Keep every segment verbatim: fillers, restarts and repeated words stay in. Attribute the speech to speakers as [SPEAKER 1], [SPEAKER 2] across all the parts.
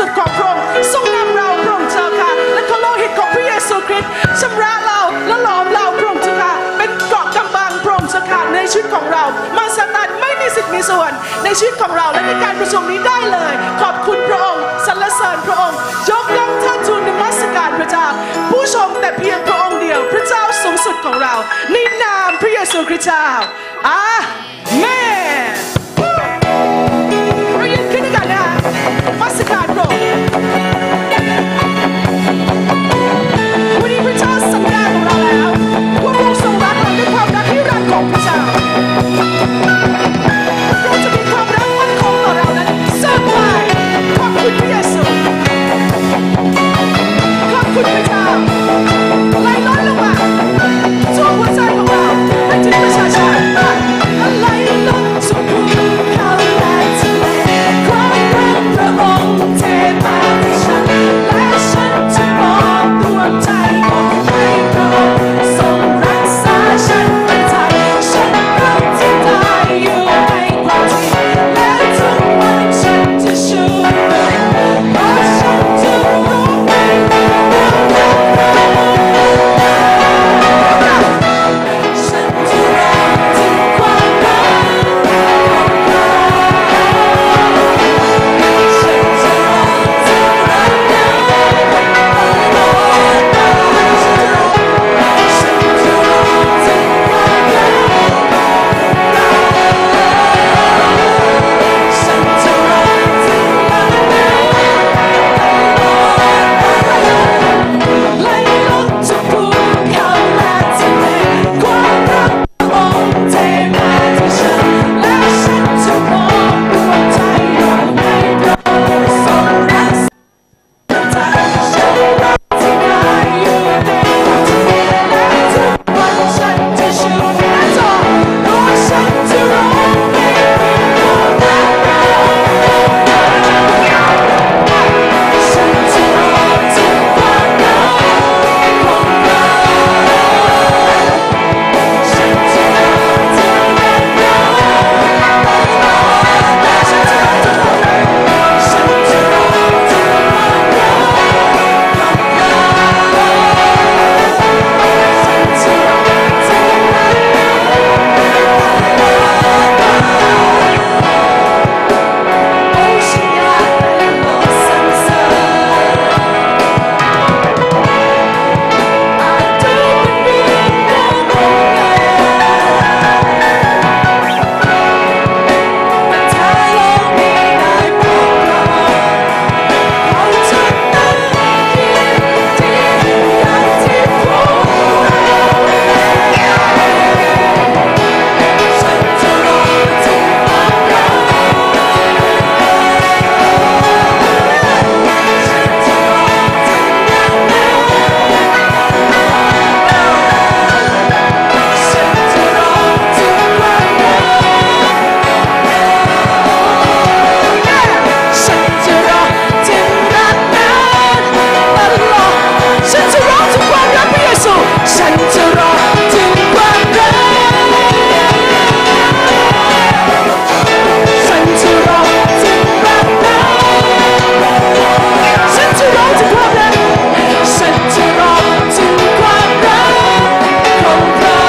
[SPEAKER 1] ธิ์ของพระองค์ทรงนำเราพระองค์เจ้าค่ะและขอโลหิตของพระเยซูคริสต์ชำระเราและหลอมเราพระองค์เจ้าค่ะเป็นเกราะกำบังพระองค์เจ้าค่ะในชีวิตของเรามารซาตานไม่มีสิทธิ์มีส่วนในชีวิตของเราและในการประชุมนี้ได้เลยขอบคุณพระองค์สรรเสริญพระองค์ยกย่องเทิดทูนนมัสการพระเจ้าผู้ชมแต่เพียงพระองค์เดียวพระเจ้าสูงสุดของเราในนามพระเยซูคริสต์เจ้าอาเมนเรายืนขึ้นด้วยกันนะคะนมัสการพระองค์วันนี้พระเจ้าสัญญาของเราแล้วว่าพระองค์ทรงรักเราด้วยความรักที่รักของพระเจ้าเราจะมีความรักมั่นคงต่อเรานั้นเสมอขอบคุณพระเยซูขอบคุณพระเจ้าไหลล้นลงมาทั่วหัวใจของเราและถึงประชาชนไหลล้นสู่ภูเขาและทะเลความรักพระองค์เทมาที่ฉันและฉันจะมองดวงใจของให้พระองค์ทรงรักษาฉันเป็นไทยฉันรักที่ได้อยู่ในความจริงและทุกวันฉันจะชูเพราะฉันจะรู้ในฉันจะรักถึงความรักของเราฉันจะรักถึงรักนั้นตลอดไปฉันจะรักถึงความรักฉันจะรักถึงรักนั้นไหลล้นจากภูเขาและทะเลความรักพระองค์เทมาที่ฉันและฉันจะมองดวงใจของให้พระองค์ทรงรักษาฉันรักที่ได้อยู่ในความจริงและทุกวันฉันจะชูหน้าจอเพราะฉันจะร้องเพลงเพลงรักฉันจะร้องถึงความรักของเราฉันจะร้องถึงรักนั้นฉันจะร้องถึงความรักฉันจะร้องถึงความรักของเราฉันจะร้องถึงรักนั้นโอ้ฉันอยากให้โลกสรรเสริญ I do believe that one day ถ้าโลกนี้ได้พบเราเขาจะต้องยินดีอย่างที่พวกเราฉันจะร้องถึงความรักฉันจะร้องถึงรักพระเยซูฉันจะร้องถึงความรักฉันจะร้องถึงรักฉันจะร้องถึงความรักฉันจะร้องถึงความรักของเรา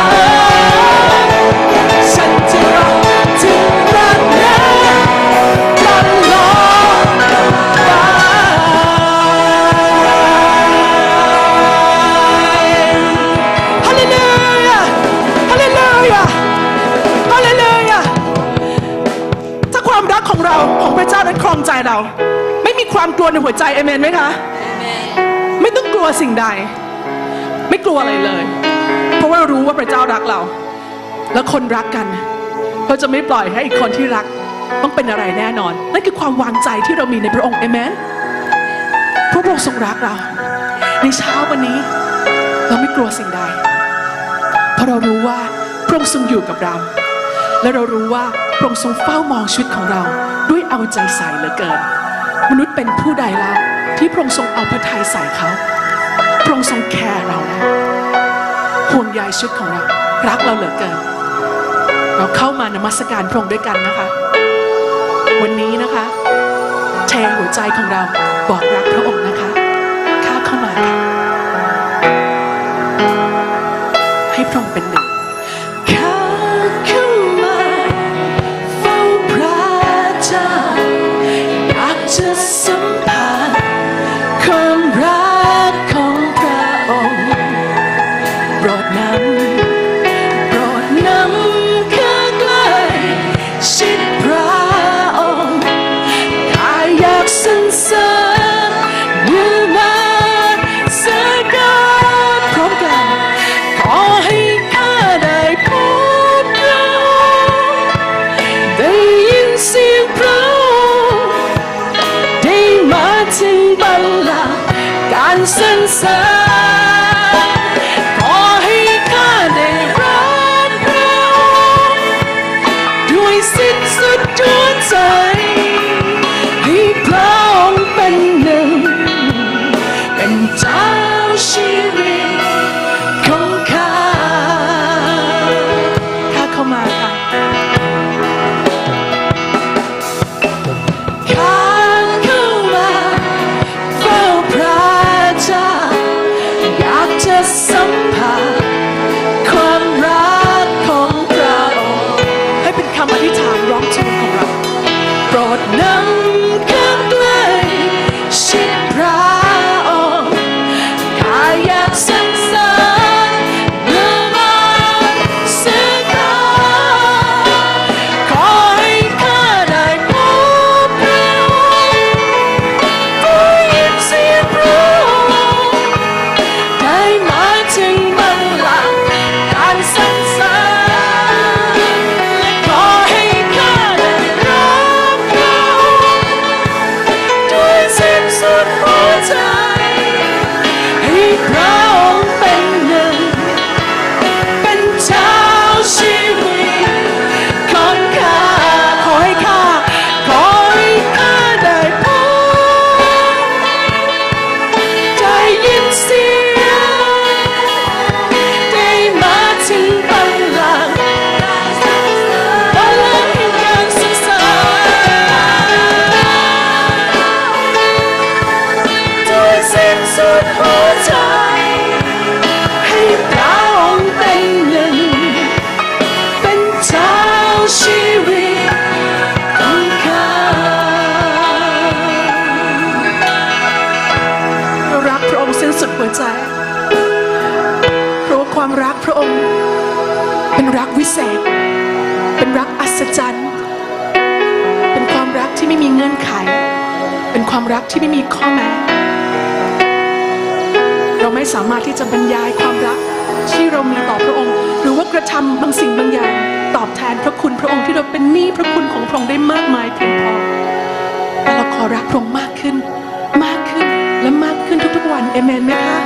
[SPEAKER 1] ฉันจะร้องถึงรักนั้นตลอดไปฮาเลลูยาฮาเลลูยาฮาเลลูยาถ้าความรักของเราของพระเจ้านั้นครองใจเรา ไม่มีความกลัวในหัวใจเอเมนไหมคะไม่ต้องกลัวสิ่งใด ไม่กลัวอะไรเลย เพราะว่าเรารู้ว่าพระเจ้ารักเรา แล้วคนรักกันเราจะไม่ปล่อยให้อีกคนที่รักต้องเป็นอะไรแน่นอนนั่นคือความวางใจที่เรามีในพระองค์เอเมนพระองค์ทรงรักเราในเช้าวันนี้เราไม่กลัวสิ่งใดเพราะเรารู้ว่าพระองค์ทรงอยู่กับเราและเรารู้ว่าพระองค์ทรงเฝ้ามองชีวิตของเราด้วยเอาใจใส่เหลือเกินมนุษย์เป็นผู้ใดเล่าที่พระองค์ทรงเอาพระทัยใส่เขาพระองค์ทรงแคร์เรานะห่วงใยชีวิตของเรารักเราเหลือเกินเราเข้ามานมัสการพระองค์ด้วยกันนะคะวันนี้นะคะเทหัววใจของเราบอกรักพระองค์นะคะข้าเข้ามาค่ะให้พระองค์เป็นหนึ่งข้าเข้ามาเฝ้าพระเจ้าอยากจะสัมผัสความรักของพระองค์โปรดนำโปรดนำข้าใกล้ชิดพระองค์ข้าอยากสรรเสริญเมื่อมาสการพร้อมกันขอให้ข้าได้พบพระองค์ได้ยินเสียงพระองค์ได้มาถึงบัลลังก์การสรรเสริญขอให้ข้าได้รักพระองค์ด้วยสิ้นสุดหัวใจให้พระองค์เป็นหนึ่งเป็นเจ้าชีวิตของข้าข้าเข้ามาค่ะข้าเข้ามาเฝ้าพระเจ้าอยากจะสัมผัสความรักของพระองค์ให้เป็นคำอธิษฐานร้องทูลของเราโปรดนำข้าใกล้ชิดพระองค์ข้าอยากสรรเสริญเมื่อมาสการขอให้ข้าได้พบพระองค์ได้ยินเสียงพระองค์ได้มาถึงบัลลังก์การสรรเสริญขอให้ข้าได้รักพระองค์ด้วยสิ้นสุดหัวใจให้พระองค์เป็นหนึ่งเป็นเจ้าชีวิตของข้าขอให้ข้าขอให้ข้าได้พบได้ยินเสียงได้มาถึงบัลลังก์บัลลังก์แห่งการสรรเสริญด้วยสิ้นสุดหัวใจให้พระองค์เป็นหนึ่งเป็นเจ้าชีวิตของข้าเรารักพระองค์สิ้นสุดหัวใจเพราะว่าความรักพระองค์เป็นรักวิเศษเป็นรักอัศจรรย์เป็นความรักที่ไม่มีเงื่อนไขเป็นความรักที่ไม่มีข้อแม้เราไม่สามารถที่จะบรรยายความรักที่เรามีต่อพระองค์หรือว่ากระทำบางสิ่งบางอย่างตอบแทนพระคุณพระองค์ที่เราเป็นหนี้พระคุณของพระองค์ได้มากมายเพียงพอแต่เราขอรักพระองค์มากขึ้นมากขึ้นและมากขึ้นทุกๆวันเอเมนไหมคะ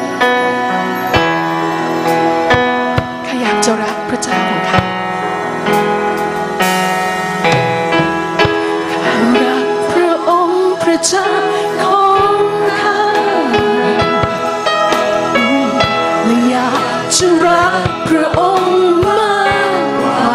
[SPEAKER 1] ข้าอยากจะรักพระเจ้าของข้าข้ารักพระองค์พระเจ้าของข้าและอยากจะรักพระองค์มากกว่า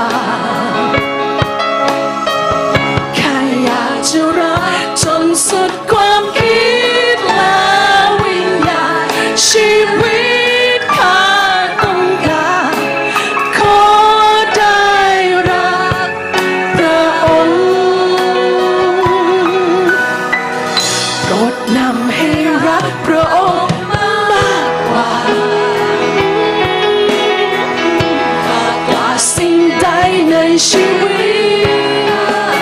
[SPEAKER 1] ข้าอยากจะรักจนสุดความคิดและวิญญาณชีวิตข้าต้องการขอได้รักพระองค์โปรดนำให้รักพระองค์มากกว่า สิ่งใดในชีวิต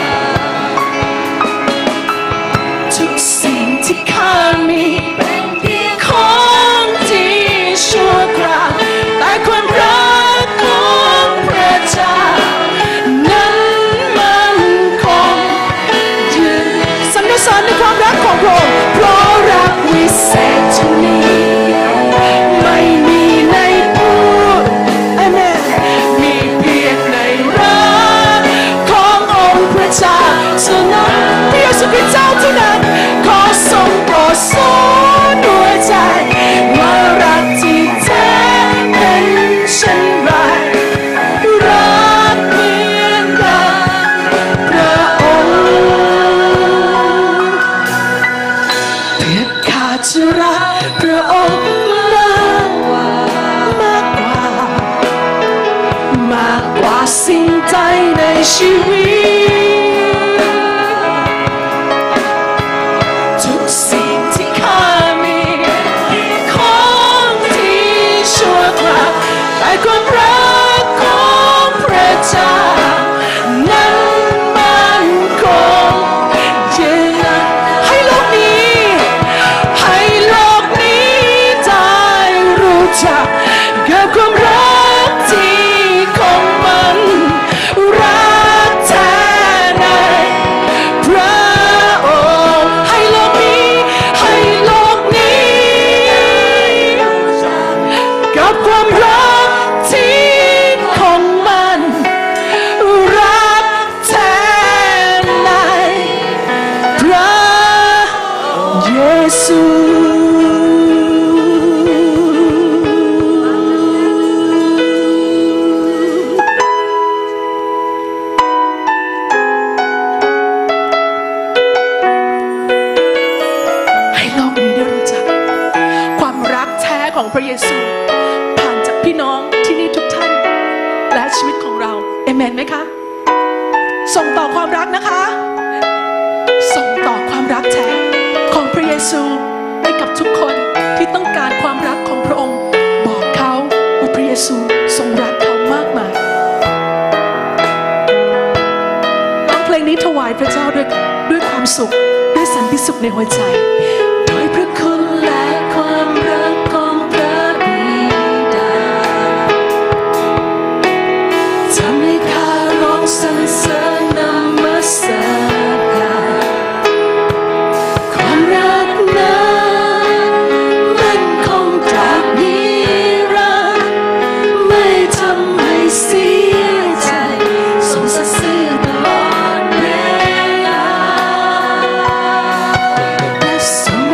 [SPEAKER 1] ทุกสิ่งที่ข้ามีเป็นเพียงของที่ชั่วคราวแต่ความรักของพระเจ้านั้นมันคงยืนสรรเสริญในความรักของพระองค์เพราะรักวิเศษชนิดไม่มีในพูดอาเมนมีเพียงในรักขององค์พระเจ้าเท่านั้นพระเยซูคริสต์เจ้าเท่านั้นขอทรงโปรดสอนด้วยใจว่ารักที่แท้เป็นเช่นไรรักเหมือนกันพระองค์เด็ดขาดจะรักพระองค์มากกว่ามากกว่ามากกว่าสิ่งใดในชีวิตทุกสิ่งที่ข้ามีของที่ชั่วคราวแต่ความรักของพระเจ้านั้นมันคงยืนนานให้โลกนี้ให้โลกนี้ได้รู้จักกับความรักที่คงมันรักแท้ในพระองค์ให้โลกนี้ให้โลกนี้กับความรักที่คงมันรักแท้ในพระเยซูให้โลกนี้ได้รู้จักความรักแท้ของพระเยซูผ่านจากพี่น้องที่นี่ทุกท่านและชีวิตของเราเอเมนไหมคะส่งต่อความรักนะคะส่งต่อความรักแท้ของพระเยซูให้กับทุกคนที่ต้องการความรักของพระองค์บอกเขาว่าพระเยซูทรงรักเขามากมายร้องเพลงนี้ถวายพระเจ้าด้วยด้วยความสุขด้วยสันติสุขในหัวใจโดยพระคุณและความรักของพระบิดาทำให้ข้าร้องสรรเสริญนมัสการความรักนั้นมันคงตราบนิรันดร์ไม่ทำให้เสียใจทรงสัตย์ซื่อตลอดเวลาและทรง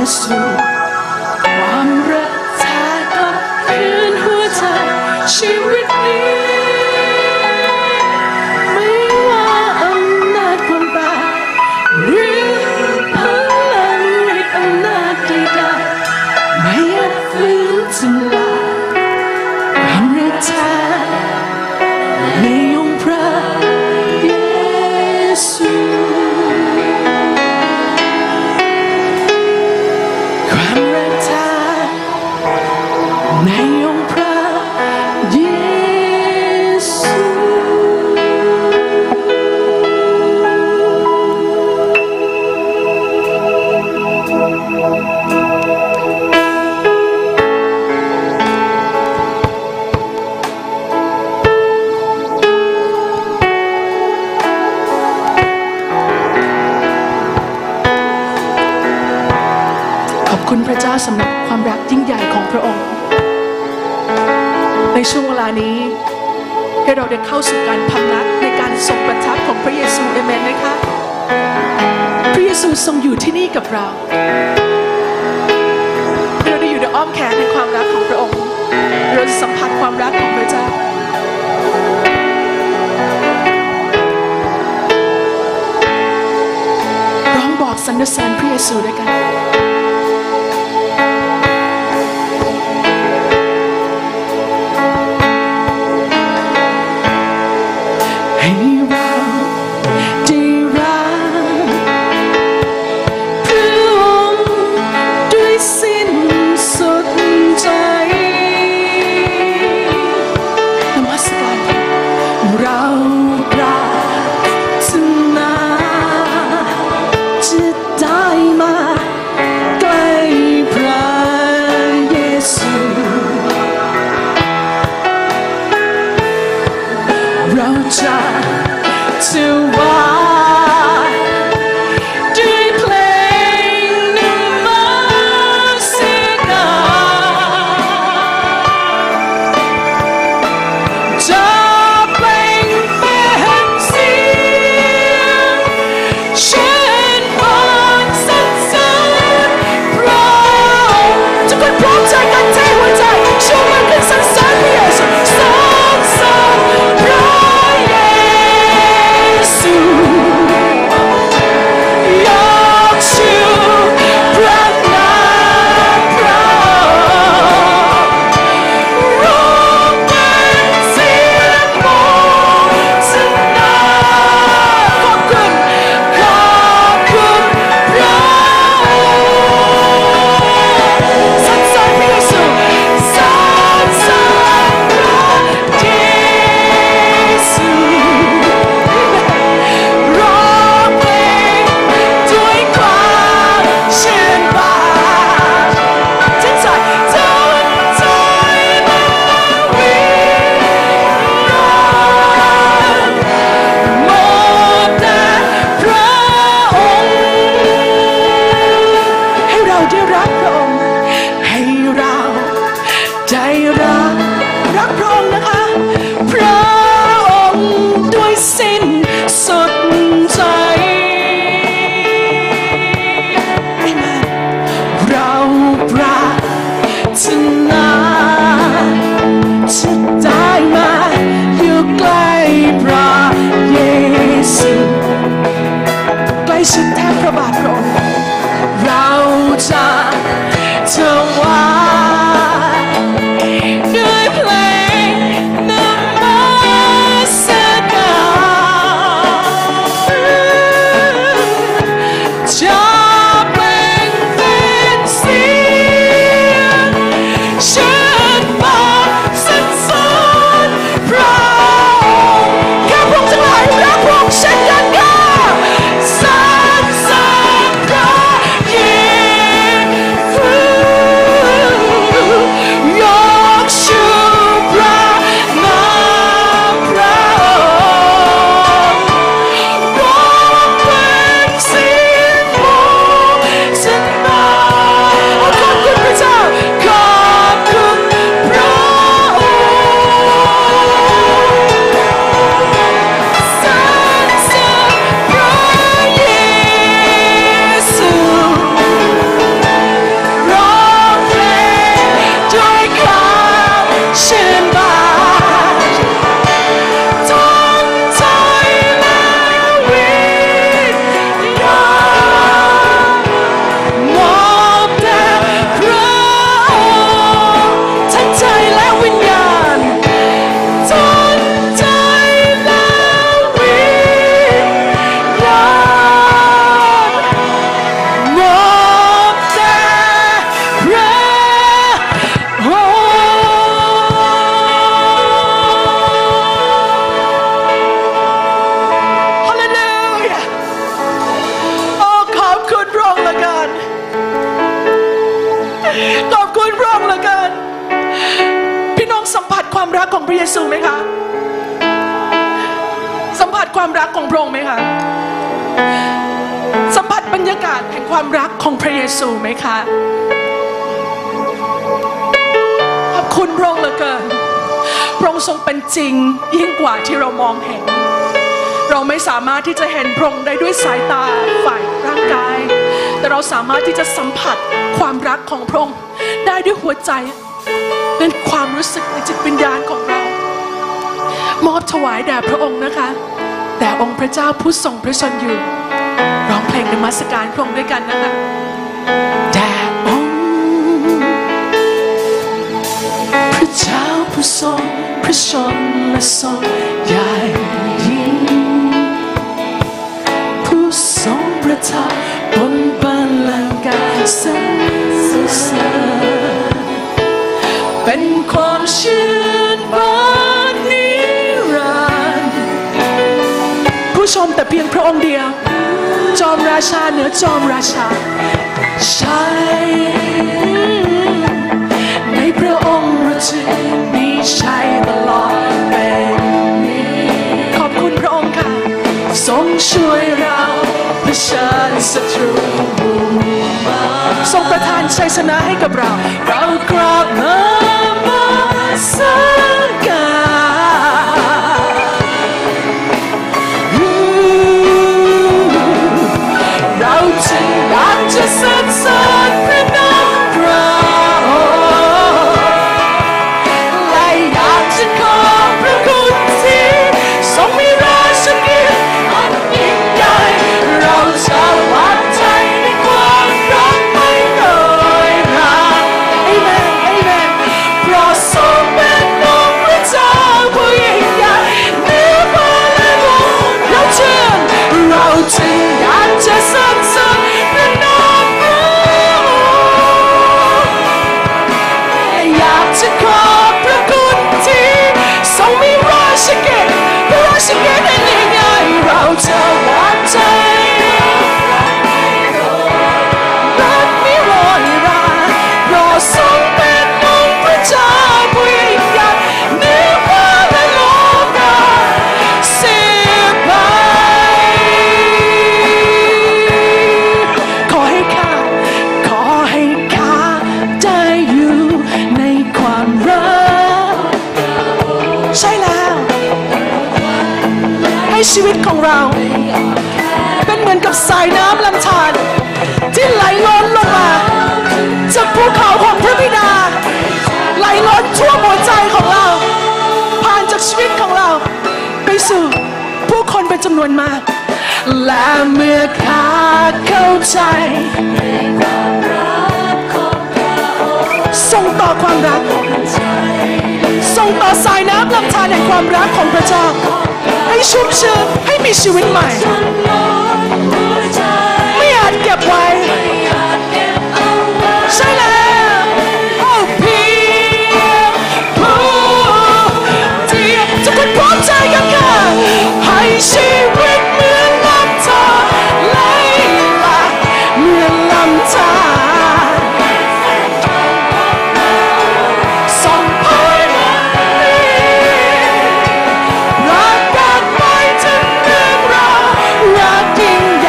[SPEAKER 1] ซูความรักแท้ก็คืนหัวใจชีวิตนี้ไม่ว่าอำนาจความตายหรือพลังฤทธิ์อำนาจใดๆไม่อาจฟื้นทำลายความรักแท้ในองค์พระเยซูความรักแท้ในองค์พระเยซูขอบคุณพระเจ้าสำหรับความรักยิ่งใหญ่ของพระองค์ในช่วงเวลานี้ให้เราได้เข้าสู่การพำนักในการทรงประทับของพระเยซูเอเมนไหมคะพระเยซูทรงอยู่ที่นี่กับเราเราได้อยู่ในอ้อมแขนในความรักของพระองค์เราจะสัมผัสความรักของพระเจ้าร้องบอกสรรเสริญพระเยซูด้วยกันให้เราได้รักพระองค์ด้วยสิ้นสุดใจนมัสการเราปรารถนาจะได้มาใกล้พระเยซูเราจะถวายด้วยเพลงนมัสการจะเปล่งเป็นเสียงเชิญบานสรรเสริญพระองค์ทุกคนพร้อมใจกันเทหัวใจชูมือขึ้นสรรเสริญพระเยซูสรรเสริญพระเยซูความรักของพระเยซูไหมคะสัมผัสความรักของพระองค์ไหมคะสัมผัสบรรยากาศแห่งความรักของพระเยซูไหมคะขอบคุณพระองค์เหลือเกินพระองค์ทรงเป็นจริงยิ่งกว่าที่เรามองเห็นเราไม่สามารถที่จะเห็นพระองค์ได้ด้วยสายตาฝ่ายร่างกายแต่เราสามารถที่จะสัมผัสความรักของพระองค์ได้ด้วยหัวใจเป็นความรู้สึกในจิตวิญญาณของเรามอบถวายแด่พระองค์นะคะแต่องค์พระเจ้าผู้ทรงพระชนอยู่ร้องเพลงนมัสการพระองค์ด้วยกันนะคะแด่องค์พระเจ้าผู้ทรงพระชนและทรงใหญ่ยิ่งผู้ทรงประทับบนบัลลังก์การสรรเสริญเป็นความชื่นบานนิรันดร์ผู้ชมแต่เพียงพระองค์เดียวจอมราชาเหนือจอมราชาใช่ในพระองค์เราจึงมีชัยตลอดเป็นนิรันดร์ขอบคุณพระองค์ค่ะทรงช่วยเราเผชิญศัตรูทรงประทานชัยชนะให้กับเราเรากราบนมัสการเราจึงอยากจะสรรเสริญพระนามพระองค์และอยากจะขอบพระคุณที่ทรงมีราชกิจอันยิ่งใหญ่เราจะวางใจในความรักไม่น้อยหนาเอเมนเอเมนเพราะทรงเป็นองค์พระเจ้าผู้ยิ่งใหญ่เหนือฟ้าและโลกเราจึงเราจึงอยากจะสรรเสริญพระนามพระองค์อยากจะขอบพระคุณที่ทรงมีราชกิจราชกิจอันยิ่งใหญ่เราจะวางใจรักไม่ลอยราเพราะทรงเป็นองค์พระเจ้าผู้ยิ่งใหญ่เหนือฟ้าและโลกาสิ้นไปขอให้ข้าขอให้ข้าได้อยู่ในความรักใช่แล้วให้ชีวิตของเราเป็นเหมือนกับสายน้ำลำธารที่ไหลล้นลงมาจากภูเขาของพระบิดาไหลล้นทั่วหัวใจของเราผ่านจากชีวิตของเราไปสู่ผู้คนเป็นจำนวนมากและเมื่อข้าเข้าใจส่งต่อความรักส่งต่อสายน้ำลำธารแห่งความรักของพระเจ้าให้ชุ่มชื้นให้มีชีวิตใหม่ไม่อาจเก็บไว้ใช่แล้วโอ้เพียงผู้เดียวทุกคนพร้อมใจกันค่ะให้ชีวิตเหมือนลำธารไหลหลากเหมือนลำธารส่งพลังรักกันไปถึงเรื่องราวรักยิ่ง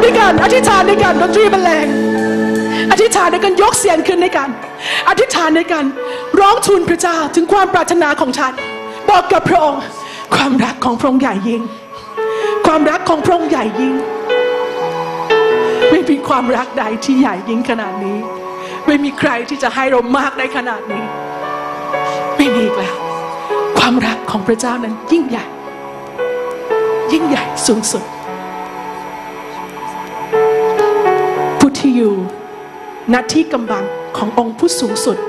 [SPEAKER 1] ด้วยกันอธิษฐานด้วยกันดนตรีบรรเลงอธิษฐานด้วยกันยกเสียงขึ้นด้วยกันอธิษฐานด้วยกันร้องทูลพระเจ้าถึงความปรารถนาของฉันบอกกับพระองค์ความรักของพระองค์ใหญ่ยิ่งความรักของพระองค์ใหญ่ยิ่งไม่มีความรักใดที่ใหญ่ยิ่งขนาดนี้ไม่มีใครที่จะให้เรามากได้ขนาดนี้ไม่มีอีกแล้วความรักของพระเจ้านั้นยิ่งใหญ่ยิ่งใหญ่สูงสุดผู้ที่อยู่ณที่กำบังขององค์ผู้สูงสุด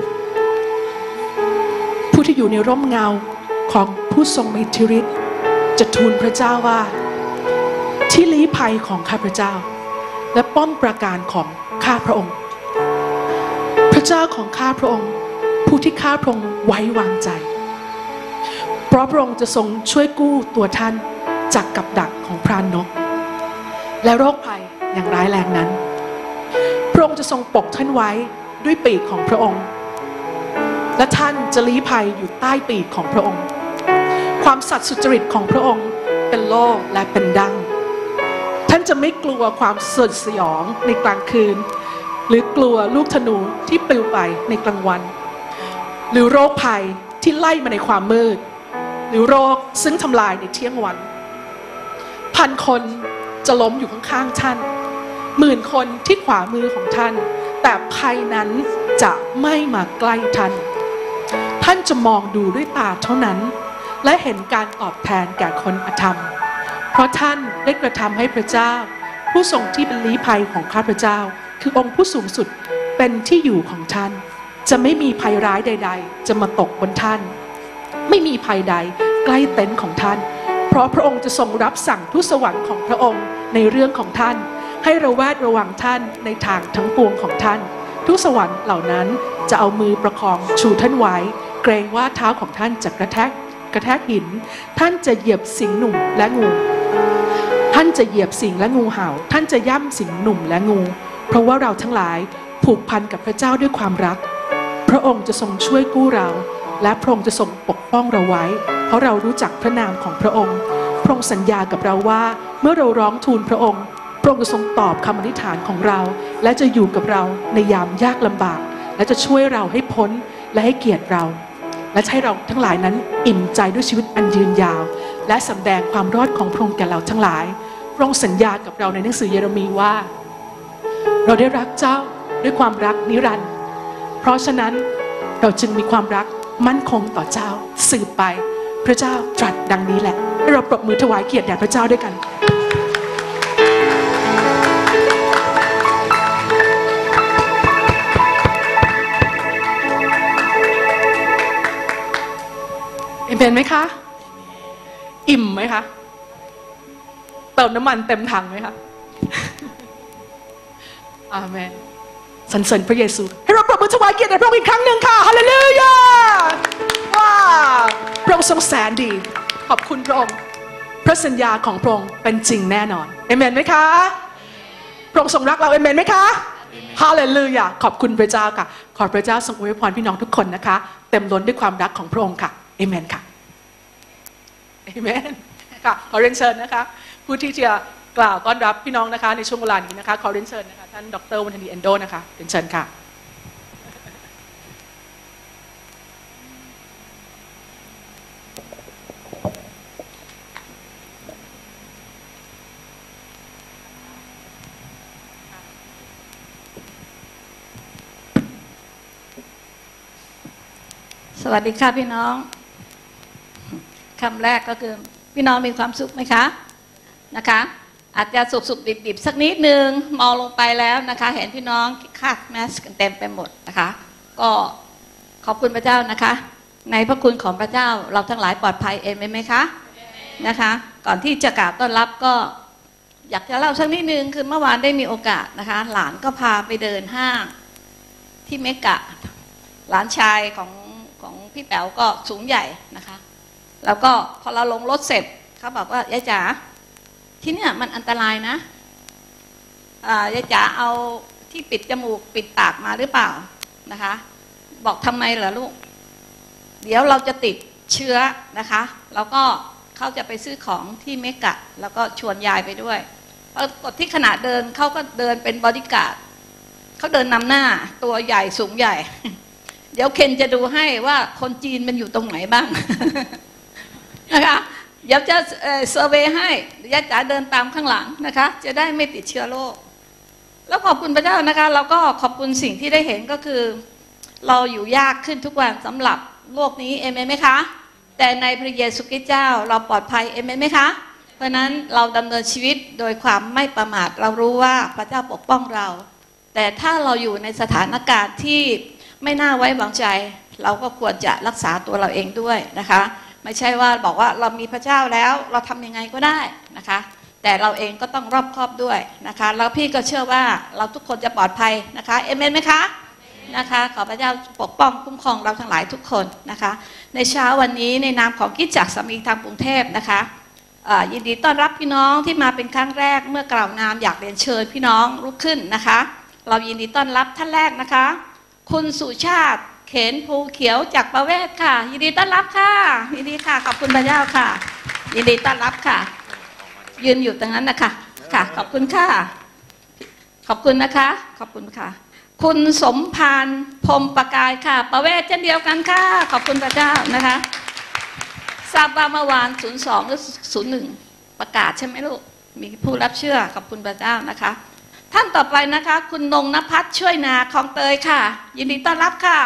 [SPEAKER 1] ผู้ที่อยู่ในร่มเงาของผู้ทรงอิทธิฤทธิ์จะทูลพระเจ้าว่าที่ลี้ภัยของข้าพระเจ้าและป้อมปราการของข้าพระองค์พระเจ้าของข้าพระองค์ผู้ที่ข้าพระองค์ไว้วางใจเพราะพระองค์จะทรงช่วยกู้ตัวท่านจากกับดักของพรานนกและโรคภัยอย่างร้ายแรงนั้นพระองค์จะทรงปกท่านไว้ด้วยปีกของพระองค์และท่านจะลี้ภัยอยู่ใต้ปีกของพระองค์ความสัตย์สุจริตของพระองค์เป็นโล่และเป็นดั้งท่านจะไม่กลัวความสยดสยองในกลางคืนหรือกลัวลูกธนูที่ปลิวไปในกลางวันหรือโรคภัยที่ไล่มาในความมืดหรือโรคซึ่งทำลายในเที่ยงวันพันคนจะล้มอยู่ข้างๆท่านหมื่นคนที่ขวามือของท่านแต่ภัยนั้นจะไม่มาใกล้ท่านท่านจะมองดูด้วยตาเท่านั้นและเห็นการตอบแทนแก่คนอธรรมเพราะท่านได้กระทำให้พระเจ้าผู้ทรงที่เป็นลี้ภัยของข้าพระเจ้าคือองค์ผู้สูงสุดเป็นที่อยู่ของท่านจะไม่มีภัยร้ายใดๆจะมาตกบนท่านไม่มีภัยใดใกล้เต็นท์ของท่านเพราะพระองค์จะทรงรับสั่งทูตสวรรค์ของพระองค์ในเรื่องของท่านให้ระแวดระวังท่านในทางทั้งปวงของท่านทูตสวรรค์เหล่านั้นจะเอามือประคองชูท่านไว้เกรงว่าเท้าของท่านจะกระแทกกระแทกหินท่านจะเหยียบสิงหนุ่มและงูท่านจะเหยียบสิงและงูเห่าท่านจะย่ำสิงหนุ่มและงูเพราะว่าเราทั้งหลายผูกพันกับพระเจ้าด้วยความรักพระองค์จะทรงช่วยกู้เราและพระองค์จะทรงปกป้องเราไว้เพราะเรารู้จักพระนามของพระองค์พระองค์สัญญากับเราว่าเมื่อเราร้องทูลพระองค์พระองค์จะทรงตอบคำอธิษฐานของเราและจะอยู่กับเราในยามยากลำบากและจะช่วยเราให้พ้นและให้เกียรติเราและให้เราทั้งหลายนั้นอิ่มใจด้วยชีวิตอันยืนยาวและสำแดงความรอดของพระองค์แก่เราทั้งหลายพระองค์สัญญากับเราในหนังสือเยเรมีว่าเราได้รักเจ้าด้วยความรักนิรันดร์เพราะฉะนั้นเราจึงมีความรักมั่นคงต่อเจ้าสืบไปพระเจ้าตรัสดังนี้แหละให้เราปรบมือถวายเกียรติแด่พระเจ้าด้วยกันเอเมนไหมคะอิ่มไหมคะเติมน้ำมันเต็มถังไหมคะอาเมนสรรเสริญพระเยซูให้เราปรบมือถวายเกียรติแด่พระองค์อีกครั้งหนึ่งค่ะฮาเลลูยาว้าวพระองค์ทรงแสนดีขอบคุณพระองค์พระสัญญาของพระองค์เป็นจริงแน่นอนเอเมนไหมคะพระองค์ทรงรักเราเอเมนไหมคะฮาเลลูยาขอบคุณพระเจ้าค่ะขอพระเจ้าทรงอวยพรพี่น้องทุกคนนะคะเต็มล้นด้วยความรักของพระองค์ค่ะเอเมนค่ะเอเมนค่ะขอเรียนเชิญนะคะผู้ที่จะกล่าวต้อนรับพี่น้องนะคะในช่วงเวลานี้นะคะขอเรียนเชิญนะคะท่านดร.วันธนีเอนโดนะคะเรียนเชิญค่ะ
[SPEAKER 2] สวัสดีค่ะพี่น้องคำแรกก็คือพี่น้องมีความสุขไหมคะนะคะอาจจะสุกสุกดิบดิบสักนิดนึงมองลงไปแล้วนะคะเห็นพี่น้องคาดแมสกันเต็มไปหมดนะคะก็ขอบคุณพระเจ้านะคะในพระคุณของพระเจ้าเราทั้งหลายปลอดภัยเองไหมคะนะคะก่อนที่จะกราบต้อนรับก็อยากจะเล่าสักนิดนึงคือเมื่อวานได้มีโอกาสนะคะหลานก็พาไปเดินห้างที่เมกะหลานชายของของพี่แป๋วก็สูงใหญ่นะคะแล้วก็พอเราลงรถเสร็จเขาบอกว่ายายจ๋าที่เนี่ยมันอันตรายนะยายจ๋าเอาที่ปิดจมูกปิดปากมาหรือเปล่านะคะบอกทำไมเหรอลูกเดี๋ยวเราจะติดเชื้อนะคะแล้วก็เขาจะไปซื้อของที่เมกะแล้วก็ชวนยายไปด้วยพปรากฏที่ขณะเดินเขาก็เดินเป็นบอดี้การ์ดเขาเดินนำหน้าตัวใหญ่สูงใหญ่ เดี๋ยวเคนจะดูให้ว่าคนจีนมันอยู่ตรงไหนบ้าง นะคะเดี๋ยวจะเซอร์เวย์ให้ยะจ๋าเดินตามข้างหลังนะคะจะได้ไม่ติดเชื้อโรคแล้วขอบคุณพระเจ้านะคะเราก็ขอบคุณสิ่งที่ได้เห็นก็คือเราอยู่ยากขึ้นทุกวันสำหรับโลกนี้เอเมนไหมคะแต่ในพระเยซูคริสต์เจ้าเราปลอดภัยเอเมนไหมคะเพราะนั้นเราดำเนินชีวิตโดยความไม่ประมาทเรารู้ว่าพระเจ้าปกป้องเราแต่ถ้าเราอยู่ในสถานการณ์ที่ไม่น่าไว้วางใจเราก็ควรจะรักษาตัวเราเองด้วยนะคะไม่ใช่ว่าบอกว่าเรามีพระเจ้าแล้วเราทำยังไงก็ได้นะคะแต่เราเองก็ต้องรอบคอบด้วยนะคะแล้วพี่ก็เชื่อว่าเราทุกคนจะปลอดภัยนะคะเอเมนไหมคะนะคะขอพระเจ้าปกป้องคุ้มครองเราทั้งหลายทุกคนนะคะในเช้าวันนี้ในนามของคริสตจักรสามีธรรมกรุงเทพนะคะยินดีต้อนรับพี่น้องที่มาเป็นครั้งแรกเมื่อกล่าวนามอยากเรียนเชิญพี่น้องลุกขึ้นนะคะเรายินดีต้อนรับท่านแรกนะคะคุณสุชาติเขนภูเขียวจากประเวศค่ะยินดีต้อนรับค่ะยินดีค่ะขอบคุณพระเจ้าค่ะยินดีต้อนรับค่ะยืนอยู่ตรงนั้นนะคะค่ะขอบคุณค่ะขอบคุณนะคะขอบคุณค่ะคุณสมพานพรหมประกายค่ะประเวศเช่นเดียวกันค่ะขอบคุณพระเจ้านะคะทราบว่าเมื่อวานศูนย์สองหรือศูนย์หนึ่งประกาศใช่ไหมลูกมีผู้รับเชื่อขอบคุณพระเจ้านะคะท่านต่อไปนะคะคุณนงนภัสช่วยนาคลองเตยค่ะยินดีต้อนรับค่ะ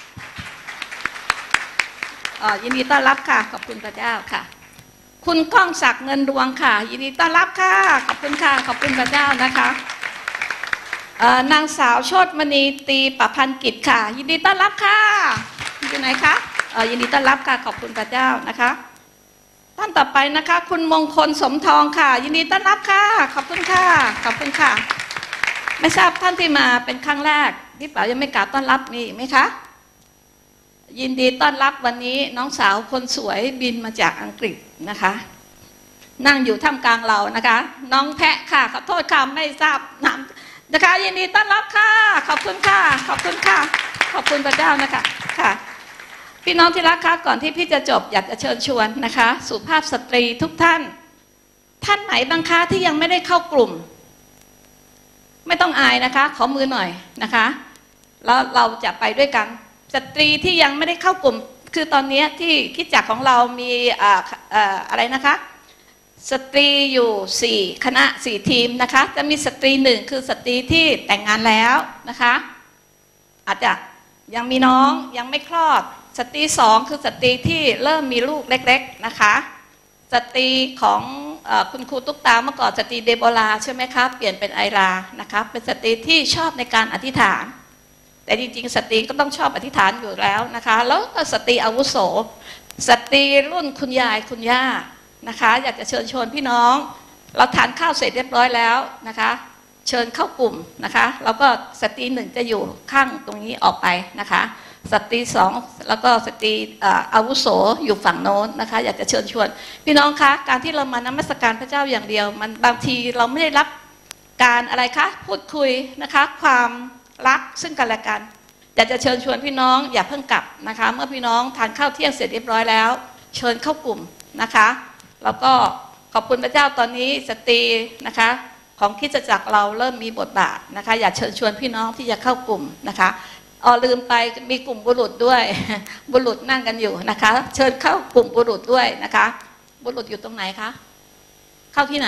[SPEAKER 2] ยินดีต้อนรับค่ะขอบคุณพระเจ้าค่ะคุณก้องศักดิ์เงินดวงค่ะยินดีต้อนรับค่ะขอบคุณค่ะขอบคุณพระเจ้านะคะนางสาวโชติมณีตีประพันธ์กิจค่ะยินดีต้อนรับค่ะอยู่ไหนคะยินดีต้อนรับค่ะขอบคุณพระเจ้านะคะท่านต่อไปนะคะคุณมงคลสมทองค่ะยินดีต้อนรับค่ะขอบคุณค่ะขอบคุณค่ะไม่ทราบท่านที่มาเป็นครั้งแรกที่เป๋ายังไม่กล่าวต้อนรับมีไหมคะยินดีต้อนรับวันนี้น้องสาวคนสวยบินมาจากอังกฤษนะคะนั่งอยู่ท่ามกลางเรานะคะน้องแพะค่ะขอโทษค่ะไม่ทราบนามนะคะยินดีต้อนรับค่ะขอบคุณค่ะขอบคุณค่ะขอบคุณพระเจ้านะคะค่ะพี่น้องที่รักคะก่อนที่พี่จะจบอยากจะเชิญชวนนะคะสุภาพสตรีทุกท่านท่านไหนบางคะที่ยังไม่ได้เข้ากลุ่มไม่ต้องอายนะคะขอมือหน่อยนะคะแล้วเราจะไปด้วยกันสตรีที่ยังไม่ได้เข้ากลุ่มคือตอนนี้ที่คริสตจักรของเรามีอ่าอ่าอะไรนะคะสตรีอยู่สี่คณะสี่ทีมนะคะจะมีสตรีหนึ่งคือสตรีที่แต่งงานแล้วนะคะอาจจะยังมีน้องยังไม่คลอดสตรีสองคือสตรีที่เริ่มมีลูกเล็กๆนะคะสตรีของคุณครูตุ๊กตาเมื่อก่อนสตรีเดโบราใช่ไหมคะเปลี่ยนเป็นไอรานะคะเป็นสตรีที่ชอบในการอธิษฐานแต่จริงๆสตรีก็ต้องชอบอธิษฐานอยู่แล้วนะคะแล้วก็สตรีอาวุโสสตรีรุ่นคุณยายคุณย่านะคะอยากจะเชิญชวนพี่น้องเราทานข้าวเสร็จเรียบร้อยแล้วนะคะเชิญเข้ากลุ่มนะคะแล้วก็สตรีหนึ่งจะอยู่ข้างตรงนี้ออกไปนะคะสตรีสองแล้วก็สตรีอาวุโสอยู่ฝั่งโน้นนะคะอยากจะเชิญชวนพี่น้องคะการที่เรามานมัสการพระเจ้าอย่างเดียวมันบางทีเราไม่ได้รับการอะไรคะพูดคุยนะคะความรักซึ่งกันและกันอยากจะเชิญชวนพี่น้องอย่าเพิ่งกลับนะคะเมื่อพี่น้องทานข้าวเที่ยงเสร็จเรียบร้อยแล้วเชิญเข้ากลุ่มนะคะแล้วก็ขอบคุณพระเจ้าตอนนี้สตรีนะคะของคริสตจักรเราเริ่มมีบทบาทนะคะอยากเชิญชวนพี่น้องที่จะเข้ากลุ่มนะคะอ๋อลืมไปมีกลุ่มบุรุษด้วยบุรุษนั่งกันอยู่นะคะเชิญเข้ากลุ่มบุรุษด้วยนะคะบุรุษอยู่ตรงไหนคะเข้าที่ไหน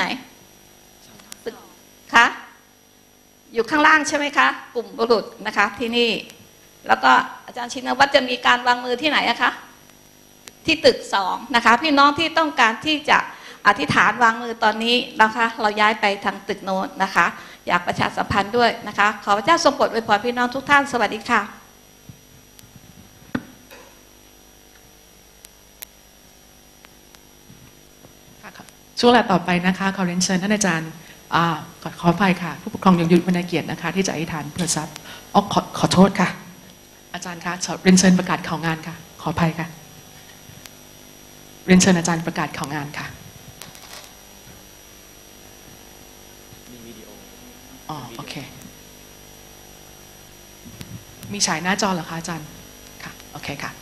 [SPEAKER 2] คะอยู่ข้างล่างใช่ไหมคะกลุ่มบุรุษนะคะที่นี่แล้วก็อาจารย์ชินวัตรจะมีการวางมือที่ไหนอะคะที่ตึกสองนะคะพี่น้องที่ต้องการที่จะอธิษฐานวางมือตอนนี้นะคะเราย้ายไปทางตึกโน้นนะคะอยากประชาสัมพันธ์ด้วยนะคะขอพระเจ้าทรงโปรดอวยพรพี่น้องทุกท่านสวัสดีค่ะ
[SPEAKER 1] ช่วงเวลาต่อไปนะคะขอเรียนเชิญท่านอาจารย์อ่าขออภัยค่ะผู้ปกครองยงยุทธวรรณเกียรตินะคะที่จะอธิษฐานเพื่อทรัพย์อ๋อขอขอโทษค่ะอาจารย์คะเรียนเชิญประกาศข่าวงานค่ะขออภัยค่ะเรียนเชิญอาจารย์ประกาศข่าวงานค่ะมีวิดีโออ๋อโอเคมีฉายหน้าจอเหรอคะอาจารย์ค่ะโอเคค่ะ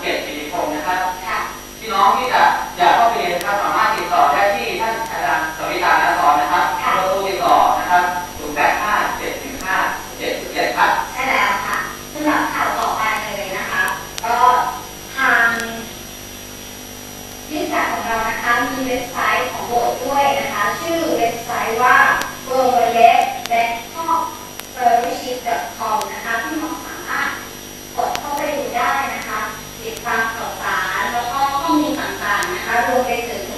[SPEAKER 3] เกียรติศิริพงศ์นะครับพี่น้องที่จะอยากเข้าไปเรียนนะครับสามารถติดต่อได้ที่ท่านอาจารย์สวิตานาสอนนะครับโทรติดต่อนะครับศูนย์แปดห้าเจ็ดหนึ่งห้าเจ็ดเจ็ดครับ
[SPEAKER 4] ใช่แล้วค่ะสำหรับข่าวต่อไปเลยนะคะก็ทางวิสาของเรานะคะมีเว็บไซต์ของโบสถ์ด้วยนะคะชื่อเว็บไซต์ว่า ดับเบิลยู ดับเบิลยู ดับเบิลยู ดอท บางกอก เฟลโลชิพ ดอท คอม นะคะที่น้องสามารถกดเข้าไปดูได้นะคะติดตามข่าวสารแล้วก็ข้อมูลต่างๆนะคะรวมไปถึง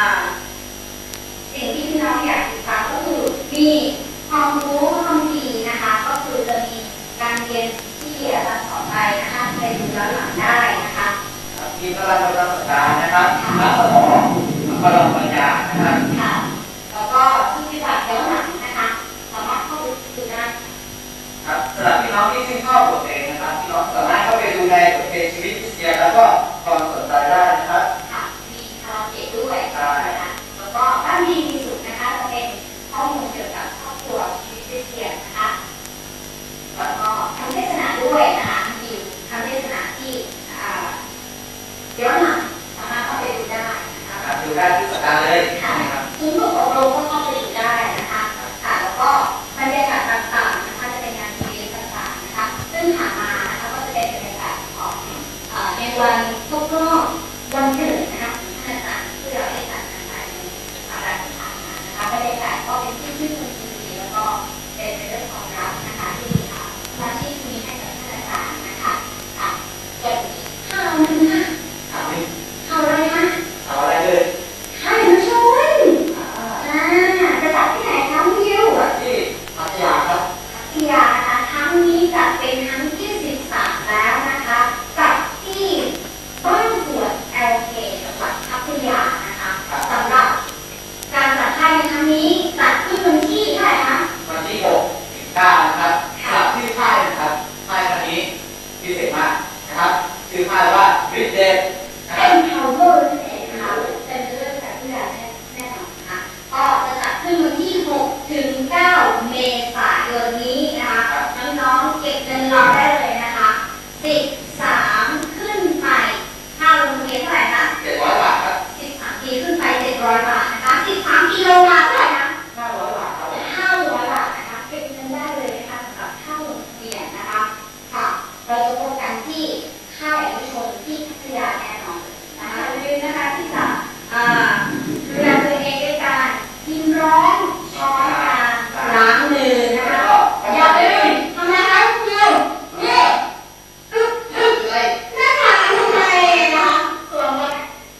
[SPEAKER 4] สิ่งที่พี่น้องอยากติดตามก็คือมีความรู้ความดีนะคะก็คือจะมีการเรียนที่อาจารย์สอนไปนะคะไปดูย้อนหลังได้นะคะ
[SPEAKER 3] มีพลังประจำสัปดาห์นะครับพระสมองพลังปัญญานะครับ
[SPEAKER 4] ค่ะแล้วก็ที่ปฏิบัติย้อนหลังนะคะสามารถเข้าไปดูได้
[SPEAKER 3] ครับสำหรับพี่น้องที่ชื่นชอบบทเพลงนะครับพี่น้องสามารถเข้าไปดูในบทเพลงชีวิตคริสเตียนแล้วก็ความสนใจได้นะครับ
[SPEAKER 4] ค่ะมีคาราโอเกะด้วยนะคะแล้วก็บ้านดีมีสุขนะคะจะเป็นข้อมูลเกี่ยวกับครอบครัวชีวิตคริสเตียนนะคะแล้วก็ทำเทศนาด้วยนะคะมีทำเทศนาที่ย้อนหลังสามารถเข้าไปดูได้นะคะ
[SPEAKER 3] ดูได้ทุกสัปดาห์เลย
[SPEAKER 4] ค่ะทุกหน่วยอบรมก็เข้าไปดูได้นะคะค่ะแล้วก็บรรยากาศต่างๆนะคะจะเป็นงานเรียนต่างๆนะคะซึ่งผ่านมานะคะก็จะเป็นบรรยากาศของในวันครบรอบวันเกิดนะคะท่านอาจารย์ที่เราได้จัดงานไปในสัปดาห์ที่ผ่านมานะคะบรรยากาศก็เป็นที่ชื่นชมยินดีแล้วก็เป็นเรื่องของรักนะคะที่มาที่มีให้กับท่านอาจารย์นะคะค่ะอย่างนี้ถ้าเราหนึ่งนะข่าวอะไรนะ
[SPEAKER 3] ข่าวอะไรเลย
[SPEAKER 4] ข่าวเยาวชนอ่าจะจัดที่ไหนคะคุณยิว
[SPEAKER 3] ที่พัทยาครับ
[SPEAKER 4] พัทยานะคะครั้งนี้จัดเป็นครั้งที่สิบสามแล้วนะคะจัดที่บ้านสวน แอล เค จังหวัดพัทยานะคะสำหรับการจัดให้ในครั้งนี้จัดขึ้นวันที่เท่าไหร่คะ
[SPEAKER 3] วันที่หกถึงเก้านะครับสำหรับที่ค่ายนะครับค่ายครั้งนี้พิเศษมากนะครับชื่อค่ายว่าวิดเดย์
[SPEAKER 4] เป็น power นั่นเองนะคะเป็นเรื่องจากที่เราแน่นอนนะคะก็จะจัดขึ้นวันที่หกถึงเก้าเมษายนนี้นะคะน้องๆเก็บเงินรอได้เลยนะคะสิบสามขึ้นไปค่าโรงเรียนเท่าไหร่คะ
[SPEAKER 3] เจ็ดร้อยบาทครับ
[SPEAKER 4] สิบสามปีขึ้นไปเจ็ดร้อยบาทนะคะสิบสามกิโลบาทเท่าไหร่นะ
[SPEAKER 3] ห้าร้อยบาทครับ
[SPEAKER 4] ห้าร้อยบาทนะคะเก็บเงินได้เลยนะคะสำหรับค่าโรงเรียนนะคะค่ะเราจะพบกันที่ค่ายเอกชนที่พัทยาแน่นอนนะคะอย่าลืมนะคะที่จะดูแลตัวเองด้วยการกินร้อนช้อนการล้างมือนะคะอย่าลืมทำไมคะคุณครูนี่อึ๊บอึ๊บเลยหน้าผากทำไมนะคะสวมหมด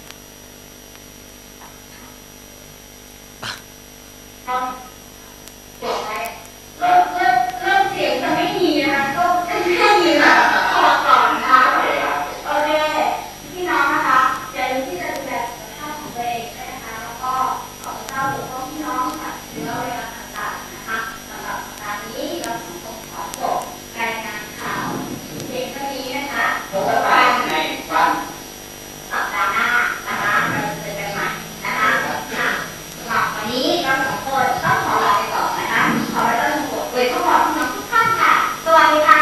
[SPEAKER 4] ต้องจบไปเริ่มเริ่มเริ่มเสียงจะไม่มีนะคะก็แค่นี้นะขอก่อนนะคะโอเคพี่น้องนะคะอย่าลืมที่จะดูแลสุขภาพของตัวเองนะคะแล้วก็ขอเจ้าหรือว่าพี่น้องค่ะหรือว่าเวลาต่างๆนะคะสำหรับสัปดาห์นี้เราสองคนขอจบรายงานข่าวเพียงเท่านี้นะคะ
[SPEAKER 3] พบกันในวัน
[SPEAKER 4] สัปดาห์หน้านะคะเราจะเจอกันใหม่นะคะค่ะสำหรับวันนี้เราสองคนต้องขอลาไปก่อนนะคะขอให้เราทุกคนคุยต้องขอพี่น้องทุกท่านค่ะสวัสดีค่ะ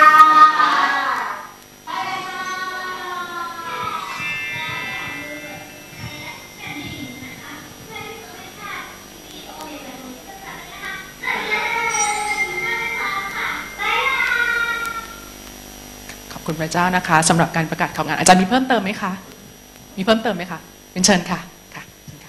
[SPEAKER 1] ขอบคุณพระเจ้านะคะสำหรับการประกาศข่าวงานอาจารย์มีเพิ่มเติมไหมคะมีเพิ่มเติมไหมคะเป็นเชิญค่ะค่ะ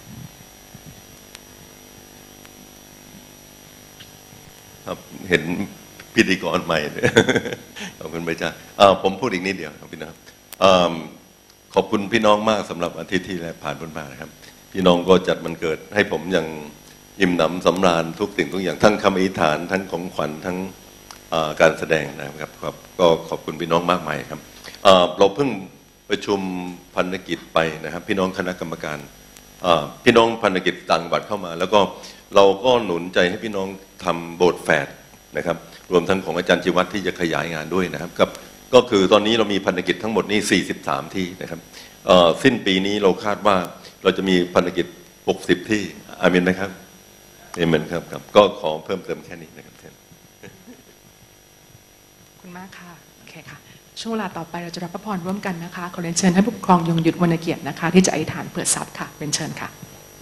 [SPEAKER 5] ครับเห็นพิธีกรใหม่ขอบคุณพระเจ้าผมพูดอีกนิดเดียวครับพี่น้องขอบคุณพี่น้องมากสำหรับอาทิตย์ที่แล้วผ่านพ้นมานะครับพี่น้องก็จัดมันเกิดให้ผมอย่างอิ่มหนำสำราญทุกสิ่งทุกอย่างทั้งคำอธิษฐานทั้งของขวัญทั้งการแสดงนะครับครับก็ขอบคุณพี่น้องมากมายครับเราเพิ่งประชุมพันธกิจไปนะครับพี่น้องคณะกรรมการพี่น้องพันธกิจต่างจังหวัดเข้ามาแล้วก็เราก็หนุนใจให้พี่น้องทำโบสถ์แฝดนะครับรวมทั้งของอาจารย์ชีวัตที่จะขยายงานด้วยนะครับกับก็คือตอนนี้เรามีพันธกิจทั้งหมดนี่สี่สิบสามที่นะครับสิ้นปีนี้เราคาดว่าเราจะมีพันธกิจหกสิบที่อาเมนไหมครับอาเมนครับครับก็ขอเพิ่มเติมแค่นี้นะครับ
[SPEAKER 1] ขอบคุณมากค่ะโอเคค่ะช่วงเวลาต่อไปเราจะรับพระพรร่วมกันนะคะขอเรียนเชิญท่านผู้ปกครองยงยุทธวรรณเกียรตินะคะที่จะอธิษฐานเปิดทรัพย์ค่ะเรียนเชิญค่ะ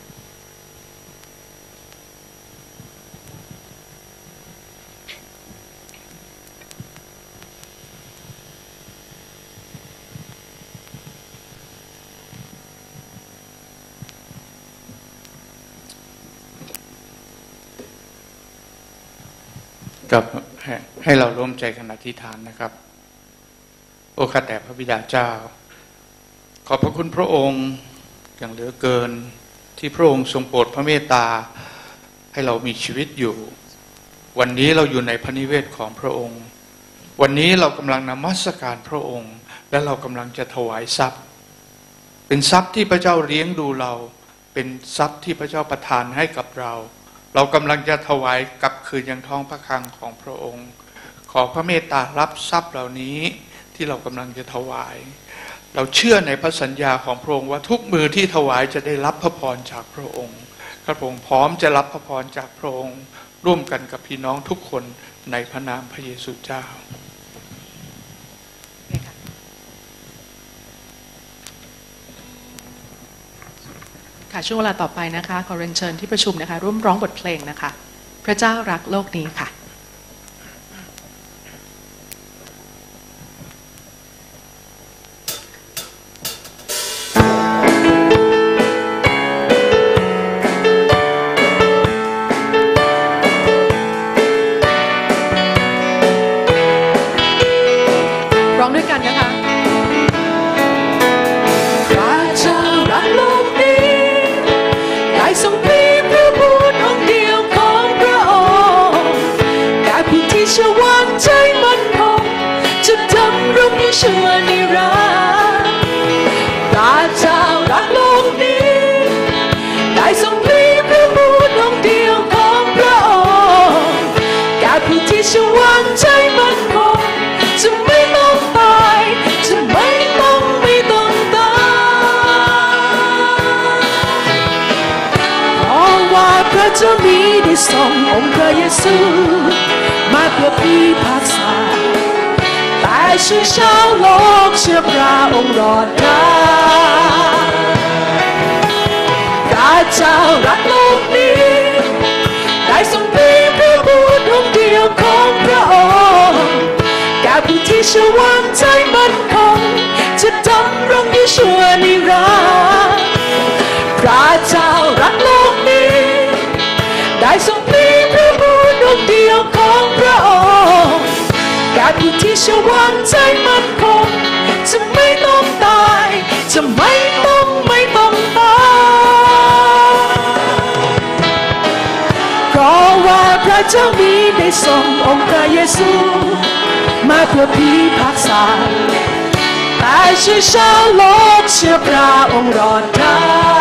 [SPEAKER 6] กับให้ให้เราร่วมใจกันอธิษฐานนะครับโอ้ข้าแต่พระบิดาเจ้าขอบพระคุณพระองค์อย่างเหลือเกินที่พระองค์ทรงโปรดพระเมตตาให้เรามีชีวิตอยู่วันนี้เราอยู่ในพระนิเวศของพระองค์วันนี้เรากำลังนมัสการพระองค์และเรากำลังจะถวายทรัพย์เป็นทรัพย์ที่พระเจ้าเลี้ยงดูเราเป็นทรัพย์ที่พระเจ้าประทานให้กับเราเรากำลังจะถวายกลับคืนยังท้องพระคลังของพระองค์ขอพระเมตตารับทรัพย์เหล่านี้ที่เรากำลังจะถวายเราเชื่อในพระสัญญาของพระองค์ว่าทุกมือที่ถวายจะได้รับพระพรจากพระองค์พระองค์พร้อมจะรับพระพรจากพระองค์ร่วมกันกับพี่น้องทุกคนในพระนามพระเยซูเจ้า
[SPEAKER 1] ค่ะช่วงเวลาต่อไปนะคะขอเรียนเชิญที่ประชุมนะคะร่วมร้องบทเพลงนะคะพระเจ้ารักโลกนี้ค่ะร้องด้วยกันนะคะพระเจ้ารักโลกนี้ได้ทรงพลีพระบุตรองค์เดียวของพระองค์แด่ผู้ที่เชื่อวางใจมั่นคงจะดำรงอยู่ชั่วนิรันดร์พระเจ้ารักโลกนี้ได้ทรงพลีพระบุตรองค์เดียวของพระองค์แด่ผู้ที่เชื่อวางใจมั่นคงจะไม่ต้องตายจะไม่ต้องไม่ต้องตายเพราะว่าพระเจ้ามีได้ส่งองค์พระเยซูมาเพื่อพิพากษาแต่ช่วยชาวโลกเชื่อพระองค์รอดได้พระเจ้ารักโลกนี้ได้ทรงพลีพระบุตรองค์เดียวของพระองค์แก่ผู้ที่เชื่อวางใจมั่นคงจะดำรงอยู่ชั่วนิรันดร์พระเจ้ารักโลกนี้ได้ทรงพลีพระบุตรองค์เดียวของพระองค์แก่ผู้ที่เชื่อวางใจมั่นคงจะไม่ต้องตายจะไม่ต้องไม่ต้องตายเพราะว่าพระเจ้ามีได้ส่งองค์พระเยซูมาเพื่อพิพากษาแต่ช่วยชาวโลกเชื่อพระองค์รอดได้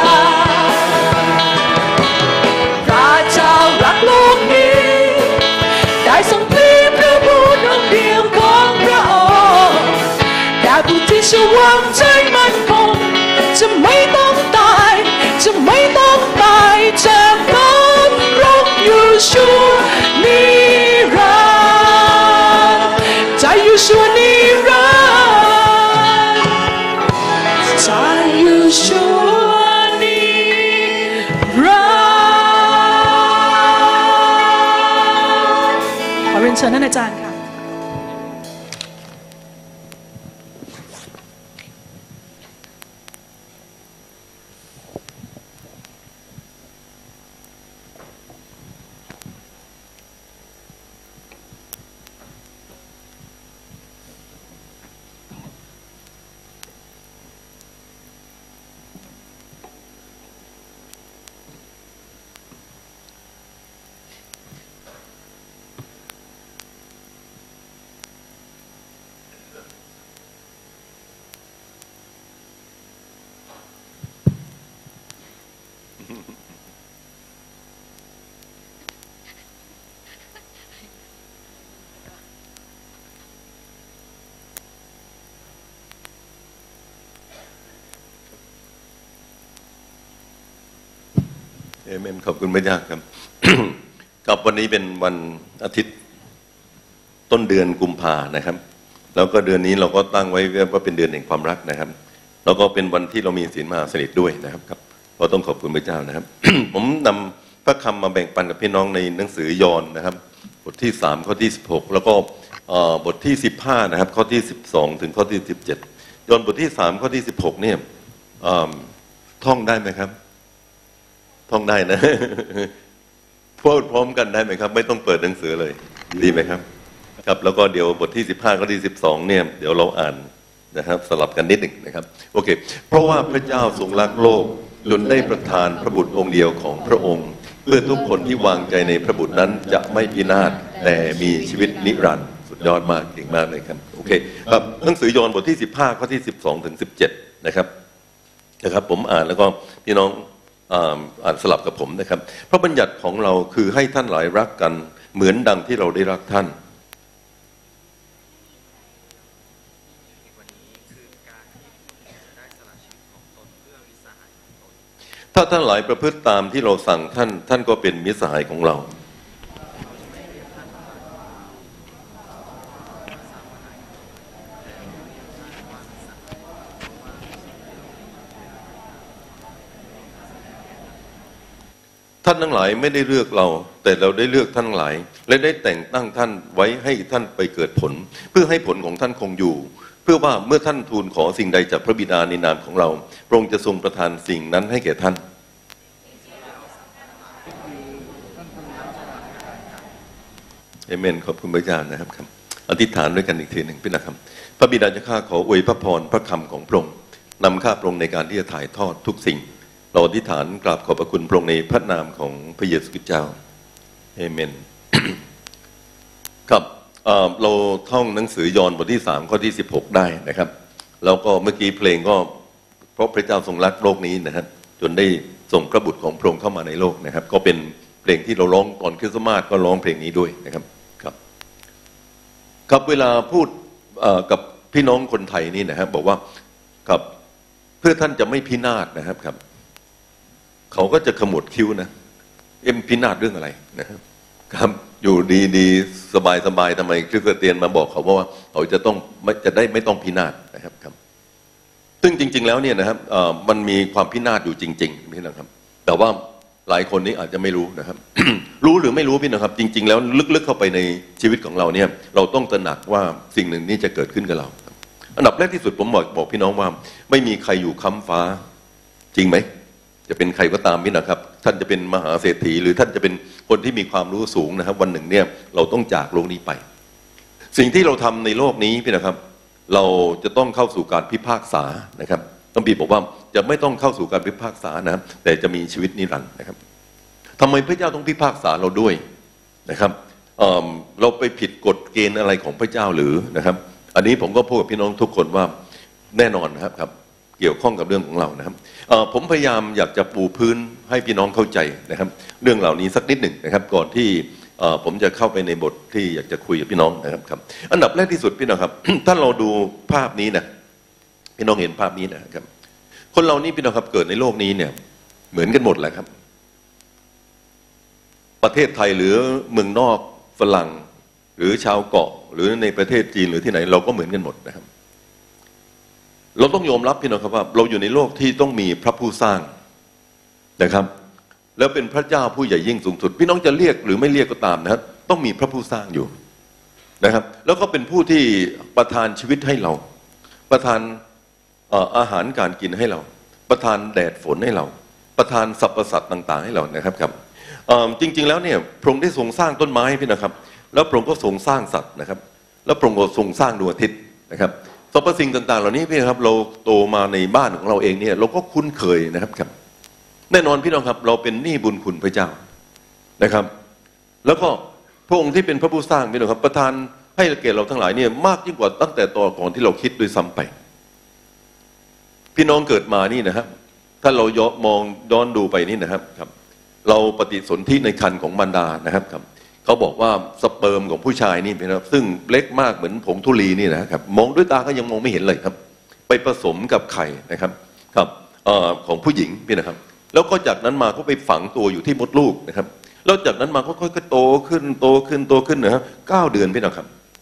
[SPEAKER 1] พระเจ้ารักโลกนี้ได้ทรงพลีพระบุตรองค์เดียวของพระองค์แด่ผู้ที่เชื่อวางใจมั่นคงจะไม่ต้องตายจะไม่ต้องตายจะดำรงอยู่ชั่วนิรันดร์จะอยู่ชั่วนิรันดร์จะอยู่ชั่วนิรันดร์ขอเรียนเชิญท่านอาจารย์ค่ะ
[SPEAKER 5] เอเมนขอบคุณพระเจ้าครับ กับวันนี้เป็นวันอาทิตย์ต้นเดือนกุมภานะครับแล้วก็เดือนนี้เราก็ตั้งไว้ว่าเป็นเดือนแห่งความรักนะครับแล้วก็เป็นวันที่เรามีศีลมหาสนิทด้วยนะครับครับก็ต้องขอบคุณพระเจ้านะครับ ผมนำพระคำมาแบ่งปันกับพี่น้องในหนังสือยอห์นนะครับบทที่สามข้อที่สิบหกแล้วก็บทที่สิบห้านะครับข้อที่สิบสองถึงข้อที่สิบเจ็ดยอห์นบทที่สามข้อที่สิบหกเนี่ยท่องได้ไหมครับท่องได้นะ พูดพร้อมกันได้ไหมครับไม่ต้องเปิดหนังสือเลยดีไหมครับครับแล้วก็เดี๋ยวบทที่สิบห้าข้อที่สิบสองเนี่ยเดี๋ยวเราอ่านนะครับสลับกันนิดหนึ่งนะครับโอเคเพราะว่าพระเจ้าทรงรักโลกจนได้ประทานพระบุตรองค์เดียวของพระองค์เพื่อทุกคนที่วางใจในพระบุตรนั้นจะไม่พินาศแต่มีชีวิตนิรันดร์สุดยอดมากเก่งมากเลยครับโอเคครับหนังสือยอห์นบทที่สิบห้าข้อที่สิบสองถึงสิบเจ็ดนะครับนะครับผมอ่านแล้วก็พี่น้องอ่านสลับกับผมนะครับพระบัญญัติของเราคือให้ท่านหลายรักกันเหมือนดังที่เราได้รักท่านถ้าท่านหลายประพฤติตามที่เราสั่งท่านท่านก็เป็นมิตรสหายของเราท่านทั้งหลายไม่ได้เลือกเราแต่เราได้เลือกท่านทั้งหลายและได้แต่งตั้งท่านไว้ให้ท่านไปเกิดผลเพื่อให้ผลของท่านคงอยู่เพื่อว่าเมื่อท่านทูลขอสิ่งใดจากพระบิดาในนามของเราพระองค์จะทรงประทานสิ่งนั้นให้แก่ท่านเอเมนขอบคุณพระเจ้านะครับครับอธิษฐานด้วยกันอีกทีหนึ่งพี่นะครับพระบิดาเจ้าข้าขออวยพระพรพระคำของพระองค์นำข้าพระองค์ในการที่จะถ่ายทอดทุกสิ่งเราอธิษฐานกราบขอบพระคุณพระองค์ในพระนามของพระเยซูคริสต์เจ้าเอเมน ครับเราท่องหนังสือยอห์นบทที่สามข้อที่สิบหกได้นะครับแล้วก็เมื่อกี้เพลงก็เพราะพระเจ้าทรงรักโลกนี้นะครับจนได้ส่งพระบุตรของพระองค์เข้ามาในโลกนะครับก็เป็นเพลงที่เราร้องตอนคริสต์มาสก็ร้องเพลงนี้ด้วยนะครับครับครับเวลาพูดกับพี่น้องคนไทยนี่นะครับบอกว่าครับเพื่อท่านจะไม่พินาศนะครับครับเขาก็จะขมวดคิ้วนะเอ็มพินาศเรื่องอะไรนะครับครับอยู่ดีๆสบายๆทำไมคริสเตียนมาบอกเขาว่าเขาจะต้องจะได้ไม่ต้องพินาศนะครับครับซึ่งจริงๆแล้วเนี่ยนะครับมันมีความพินาศอยู่จริงๆพี่นะครับแต่ว่าหลายคนนี้อาจจะไม่รู้นะครับ รู้หรือไม่รู้พี่นะครับจริงๆแล้วลึกๆเข้าไปในชีวิตของเราเนี่ยเราต้องตระหนักว่าสิ่งหนึ่งนี้จะเกิดขึ้นกับเราอันดับแรกที่สุดผมบอกบอกพี่น้องว่าไม่มีใครอยู่ค้ำฟ้าจริงไหมจะเป็นใครก็ตามพี่นะครับท่านจะเป็นมหาเศรษฐีหรือท่านจะเป็นคนที่มีความรู้สูงนะครับวันหนึ่งเนี่ยเราต้องจากโลกนี้ไปสิ่งที่เราทำในโลกนี้พี่นะครับเราจะต้องเข้าสู่การพิพากษานะครับต้องบีบอกว่าจะไม่ต้องเข้าสู่การพิพากษานะครับแต่จะมีชีวิตนิรันดร์นะครับทำไมพระเจ้าต้องพิพากษาเราด้วยนะครับ เ, เราไปผิดกฎเกณฑ์อะไรของพระเจ้าหรือนะครับอันนี้ผมก็พูดกับพี่น้องทุกคนว่าแน่นอนนะครับครับเกี่ยวข้องกับเรื่องของเรานะครับผมพยายามอยากจะปูพื้นให้พี่น้องเข้าใจนะครับเรื่องเหล่านี้สักนิดหนึ่งนะครับก่อนที่ผมจะเข้าไปในบทที่อยากจะคุยกับพี่น้องนะครับครับอันดับแรกที่สุดพี่น้องครับ ถ้าเราดูภาพนี้นะพี่น้องเห็นภาพนี้นะครับคนเรานี่พี่น้องครับเกิดในโลกนี้เนี่ยเหมือนกันหมดแหละครับประเทศไทยหรือเมืองนอกฝรั่งหรือชาวเกาะหรือในประเทศจีนหรือที่ไหนเราก็เหมือนกันหมดนะครับเราต้องยอมรับพี่น้องครับว่าเราอยู่ในโลกที่ต้องมีพระผู้สร้างนะครับแล้วเป็นพระเจ้าผู้ใหญ่ยิ่งสูงสุดพี่น้องจะเรียกหรือไม่เรียกก็ตามนะครับต้องมีพระผู้สร้างอยู่นะครับแล้วก็เป็นผู้ที่ประทานชีวิตให้เราประทานอาหารการกินให้เราประทานแดดฝนให้เราประทานสรรพสัตว์ต่างๆให้เรานะครับครับจริงๆแล้วเนี่ยพระองค์ได้ทรงสร้างต้นไม้พี่นะครับแล้วพระองค์ก็ทรงสร้างสัตว์นะครับแล้วพระองค์ก็ทรงสร้างดวงอาทิตย์นะครับสรรพสิ่งต่างๆเหล่านี้พี่นะครับเราโตมาในบ้านของเราเองเนี่ยเราก็คุ้นเคยนะครับครับแน่นอนพี่น้องครับเราเป็นหนี้บุญคุณพระเจ้านะครับแล้วก็พระองค์ที่เป็นพระผู้สร้างพี่น้องครับประทานให้แก่เราทั้งหลายเนี่ยมากยิ่งกว่าตั้งแต่ตอนก่อนที่เราคิดด้วยซ้ำไปพี่น้องเกิดมานี่นะครับถ้าเราย้อนมองย้อนดูไปนี่นะครับครับเราปฏิสนธิในครรภ์ของมารดานะครับครับเขาบอกว่าสเปิร์มของผู้ชายนี่นะครับซึ่งเล็กมากเหมือนผงธุลีนี่นะครับมองด้วยตาก็ยังมองไม่เห็นเลยครับไปผสมกับไข่นะครับครับของผู้หญิงพี่นะครับแล้วก็จากนั้นมาก็ไปฝังตัวอยู่ที่มดลูกนะครับแล้วจากนั้นมาก็ค่อยๆโตขึ้นโตขึ้นโตขึ้นนะครับเก้าเดือนพี่นะครับ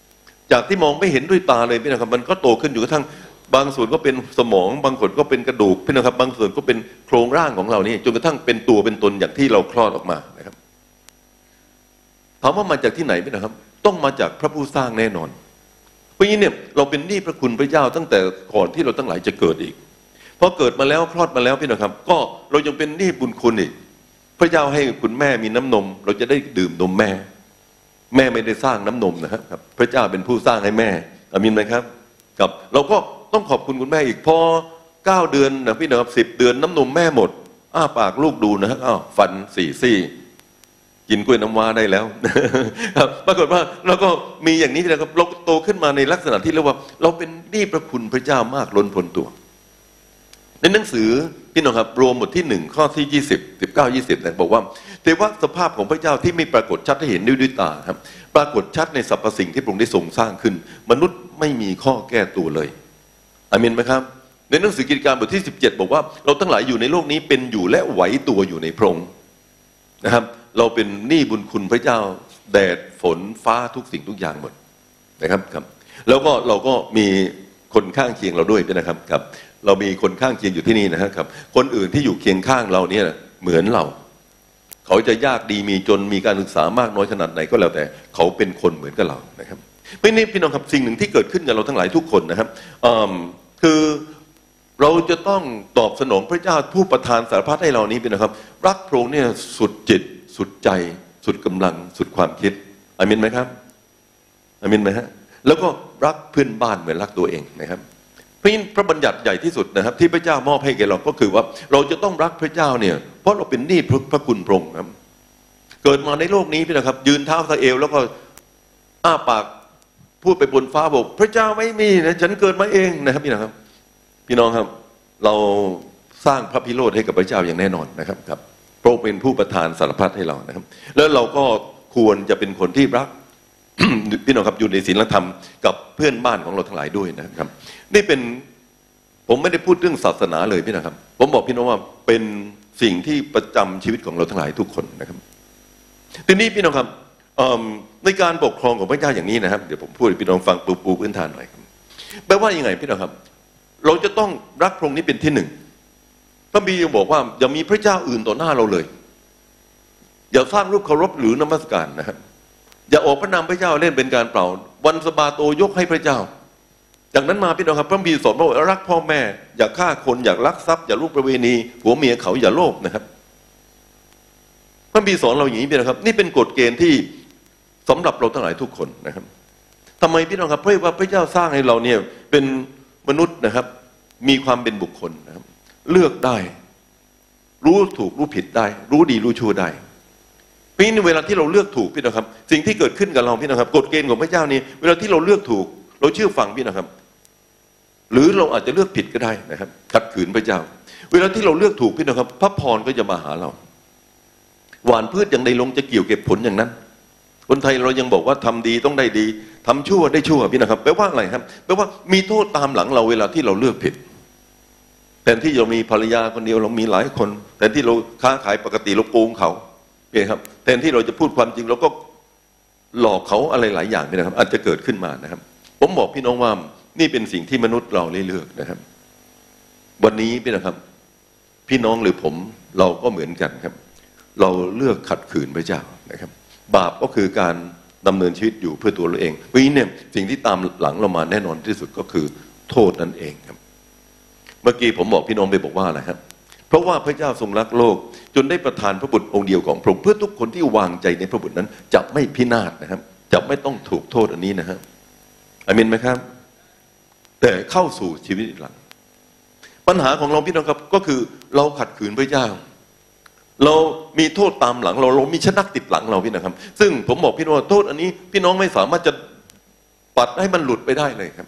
[SPEAKER 5] จากที่มองไม่เห็นด้วยตาเลยพี่น้องครับมันก็โตขึ้นอยู่กระทั่งบางส่วนก็เป็นสมองบางส่วนก็เป็นกระดูกพี่น้องครับบางส่วนก็เป็นโครงร่างของเรานี่จนกระทั่งเป็นตัวเป็นตนอย่างที่เราคลอดออกมานะครับถามว่ามาจากที่ไหนพี่น้องครับต้องมาจากพระผู้สร้างแน่นอนเพราะงี้เนี่ยเราเป็นหนี้พระคุณพระเจ้าตั้งแต่ก่อนที่เราทั้งหลายจะเกิดอีกพอเกิดมาแล้วคลอดมาแล้วพี่น้องครับก็เรายังเป็นหนี้บุญคุณอีกพระเจ้าให้คุณแม่มีน้ำนมเราจะได้ดื่มนมแม่แม่ไม่ได้สร้างน้ำนมนะครับพระเจ้าเป็นผู้สร้างให้แม่อามินไหมครับกับเราก็ต้องขอบคุณคุณแม่อีกพอเก้าเดือนนะพี่น้องครับสิบเดือนน้ำนมแม่หมดอ้าปากลูกดูนะครับอ้าวฟันสี่ซี่กินกล้วยน้ำว้าได้แล้วครับปรากฏว่าเราก็มีอย่างนี้นะครับเราโตขึ้นมาในลักษณะที่เรียกว่าเราเป็นหนี้พระคุณพระเจ้ามากล้นพ้นตัวในหนังสือพี่น้องครับโรมบทที่หนึ่งข้อที่ยี่สิบสิบเก้ายี่สิบเนี่ยบอกว่าแต่ว่าสภาพของพระเจ้าที่ไม่ปรากฏชัดให้เห็นด้วยด้วยตาครับปรากฏชัดในสรรพสิ่งที่พระองค์ได้ทรงสร้างขึ้นมนุษย์ไม่มีข้อแก้ตัวเลยอามินไหมครับในหนังสือกิจการบทที่สิบเจ็ดบอกว่าเราทั้งหลายอยู่ในโลกนี้เป็นอยู่และไหวตัวอยู่ในพระองค์นะครับเราเป็นหนี้บุญคุณพระเจ้าแดดฝนฟ้าทุกสิ่งทุกอย่างหมดนะครับครับแล้วก็เราก็มีคนข้างเคียงเราด้วยนะครับครับเรามีคนข้างเคียงอยู่ที่นี่นะครับคนอื่นที่อยู่เคียงข้างเราเนี่ยเหมือนเราเขาจะยากดีมีจนมีการศึกษามากน้อยขนาดไหนก็แล้วแต่เขาเป็นคนเหมือนกับเรานะครับไม่นี่พี่น้องครับสิ่งหนึ่งที่เกิดขึ้นกับเราทั้งหลายทุกคนนะครับคือเราจะต้องตอบสนองพระเจ้าผู้ประทานสารพัดให้เรานี้เป็นนะครับรักพระองค์เนี่ยสุดจิตสุดใจสุดกำลังสุดความคิดอามินไหมครับอามินไหมฮะแล้วก็รักเพื่อนบ้านเหมือนรักตัวเองนะครับเพราะฉะนั้นพระบัญญัติใหญ่ที่สุดนะครับที่พระเจ้ามอบให้แก่เราก็คือว่าเราจะต้องรักพระเจ้าเนี่ยเพราะเราเป็นหนี้พระคุณพระองค์ครับเกิดมาในโลกนี้พี่นะครับยืนเท้าสะเอวแล้วก็อ้าปากพูดไปบนฟ้าบอกพระเจ้าไม่มีนะฉันเกิดมาเองนะครับพี่นะครับพี่น้องครับเราสร้างพระพิโรธให้กับพระเจ้าอย่างแน่นอนนะครับครับพระองค์เป็นผู้ประทานสารพัดให้เรานะครับแล้วเราก็ควรจะเป็นคนที่รัก พี่น้องครับอยู่ในศีลธรรมกับเพื่อนบ้านของเราทั้งหลายด้วยนะครับนี่เป็นผมไม่ได้พูดเรื่องศาสนาเลยพี่นะครับผมบอกพี่น้องว่าเป็นสิ่งที่ประจำชีวิตของเราทั้งหลายทุกคนนะครับทีนี้พี่น้องครับในการปกครองของพระเจ้าอย่างนี้นะครับเดี๋ยวผมพูดให้พี่น้องฟังปูปูพื้นฐานหน่อยครับแปลว่ายังไงพี่น้องครับเราจะต้องรักพระองค์นี้เป็นที่หนึ่งพระบิดาบอกว่าอย่ามีพระเจ้าอื่นต่อหน้าเราเลยอย่าสร้างรูปเคารพหรือนมัสการนะครับอย่าออกพระนามพระเจ้าเล่นเป็นการเปล่าวันสะบาโตยกให้พระเจ้าจากนั้นมาพี่น้องครับพระบิดาสอนว่ารักพ่อแม่อย่าฆ่าคนอย่าลักทรัพย์อย่าล่วงประเวณีผัวเมียเขาอย่าโลภนะครับพระบิดาสอนเราอย่างนี้พี่น้องครับนี่เป็นกฎเกณฑ์ที่สำหรับเราทั้งหลายทุกคนนะครับทำไมพี่น้องครับเพราะว่าพระเจ้าสร้างให้เราเนี่ยเป็นมนุษย์นะครับมีความเป็นบุคคลนะครับเลือกได้รู้ถูกรู้ผิดได้รู้ดีรู้ชั่วได้พี่ในเวลาที่เราเลือกถูกพี่นะครับสิ่งที่เกิดขึ้นกับเราพี่นะครับกฎเกณฑ์ของพระเจ้านี้เวลาที่เราเลือกถูกเราเชื่อฟังพี่นะครับหรือเราอาจจะเลือกผิดก็ได้นะครับขัดขืนพระเจ้าเวลาที่เราเลือกถูกพี่นะครับพระพรก็จะมาหาเราหว่านพืชอย่างใดลงจะเกี่ยวเก็บผลอย่างนั้นคนไทยเรายังบอกว่าทำดีต้องได้ดีทำชั่วได้ชั่วพี่นะครับแปลว่าอะไรครับแปลว่ามีโทษตามหลังเราเวลาที่เราเลือกผิดแทนที่เรามีภรรยาคนเดียวเรามีหลายคนแทนที่เราค้าขายปกติเราโกงเขาเนี่ยครับแทนที่เราจะพูดความจริงเราก็หลอกเขาอะไรหลายอย่างนี่นะครับอาจจะเกิดขึ้นมานะครับผมบอกพี่น้องว่านี่เป็นสิ่งที่มนุษย์เราเลือกนะครับวันนี้พี่นะครับพี่น้องหรือผมเราก็เหมือนกันครับเราเลือกขัดขืนพระเจ้านะครับบาปก็คือการดำเนินชีวิตอยู่เพื่อตัวเราเองวันนี้เนี่ยสิ่งที่ตามหลังเรามาแน่นอนที่สุดก็คือโทษนั่นเองครับเมื่อกี้ผมบอกพี่น้องไปบอกว่าอะไรครับเพราะว่าพระเจ้าทรงรักโลกจนได้ประทานพระบุตรองค์เดียวของพระองค์เพื่อทุกคนที่วางใจในพระบุตรนั้นจะไม่พินาศนะครับจะไม่ต้องถูกโทษอันนี้นะครับอามินไหมครับแต่เข้าสู่ชีวิตหลังปัญหาของเราพี่น้องครับก็คือเราขัดขืนพระเจ้าเรามีโทษตามหลังเราเรามีชนักติดหลังเราพี่นะครับซึ่งผมบอกพี่น้องว่าโทษอันนี้พี่น้องไม่สามารถจะปัดให้มันหลุดไปได้เลยครับ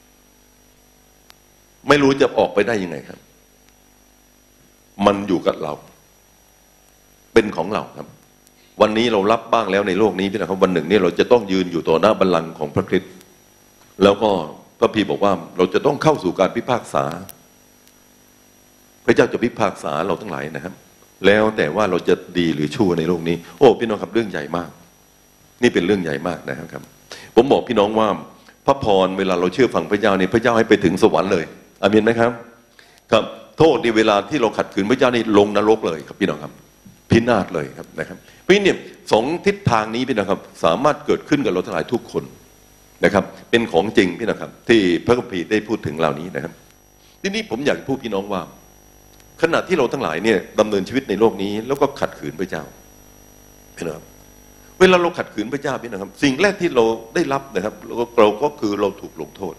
[SPEAKER 5] ไม่รู้จะออกไปได้ยังไงครับมันอยู่กับเราเป็นของเราครับวันนี้เรารับบ้างแล้วในโลกนี้พี่นะครับวันหนึ่งนี่เราจะต้องยืนอยู่ต่อหน้าบัลลังก์ของพระคริสต์แล้วก็พระพีบอกว่าเราจะต้องเข้าสู่การพิพากษาพระเจ้าจะพิพากษาเราทั้งหลายนะครับแล้วแต่ว่าเราจะดีหรือชั่วในโลกนี้โอ้พี่น้องครับเรื่องใหญ่มากนี่เป็นเรื่องใหญ่มากนะครับผมบอกพี่น้องว่าพระพรเวลาเราเชื่อฟังพระเจ้าเนี่ยพระเจ้าให้ไปถึงสวรรค์เลยอาเมนไหมครับครับโทษในเวลาที่เราขัดขืนพระเจ้านี่ลงนรกเลยครับพี่น้องครับพินาศเลยครับนะครับเพราะเนี่ยสองทิศทางนี้พี่น้องครับสามารถเกิดขึ้นกับเราทั้งหลายทุกคนนะครับเป็นของจริงพี่น้องครับที่พระคัมภีร์ได้พูดถึงเหล่านี้นะครับทีนี้ผมอยากพูดพี่น้องว่าขณะที่เราทั้งหลายเนี่ยดำเนินชีวิตในโลกนี้แล้วก็ขัดขืนพระเจ้าพี่น้องครับเวลาเราขัดขืนพระเจ้าพี่น้องครับสิ่งแรกที่เราได้รับนะครับเราก็คือเราถูกลงโทษ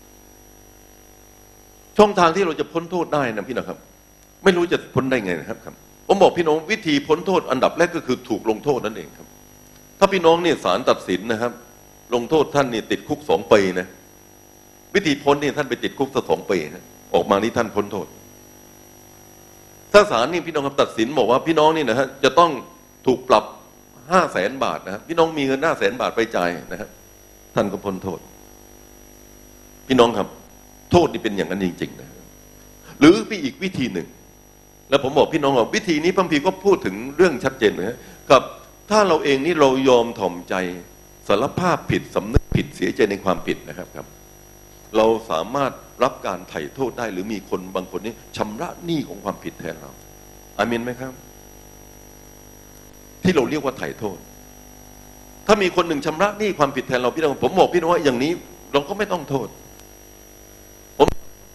[SPEAKER 5] ช่องทางที่เราจะพ้นโทษได้นะพี่น้องครับไม่รู้จะพ้นได้ไงนะครับครับผมบอกพี่น้องวิธีพ้นโทษอันดับแรกก็คือถูกลงโทษนั่นเองครับถ้าพี่น้องเนี่ยศาลตัดสินนะครับลงโทษท่านนี่ติดคุกสองปีนะวิธีพ้นเนี่ยท่านไปติดคุกสักสองปีนะออกมานี่ท่านพ้นโทษถ้าศาลนี่พี่น้องครับตัดสินบอกว่าพี่น้องนี่นะฮะจะต้องถูกปรับห้าแสนบาทนะครับพี่น้องมีเงินห้าแสนบาทไปจ่ายนะครับท่านก็พ้นโทษพี่น้องครับโทษนี่เป็นอย่างนั้นจริงๆนะหรือพี่อีกวิธีหนึ่งแล้วผมบอกพี่น้องว่าวิธีนี้พระคัมภีร์ก็พูดถึงเรื่องชัดเจนนะกับถ้าเราเองนี่เรายอมถ่อมใจสารภาพผิดสำนึกผิดเสียใจในความผิดนะครับครับเราสามารถรับการไถ่โทษได้หรือมีคนบางคนนี่ชำระหนี้ของความผิดแทนเราอาเมนไหมครับที่เราเรียกว่าไถ่โทษถ้ามีคนหนึ่งชำระหนี้ความผิดแทนเราพี่น้องผมบอกพี่น้องว่าอย่างนี้เราก็ไม่ต้องโทษผม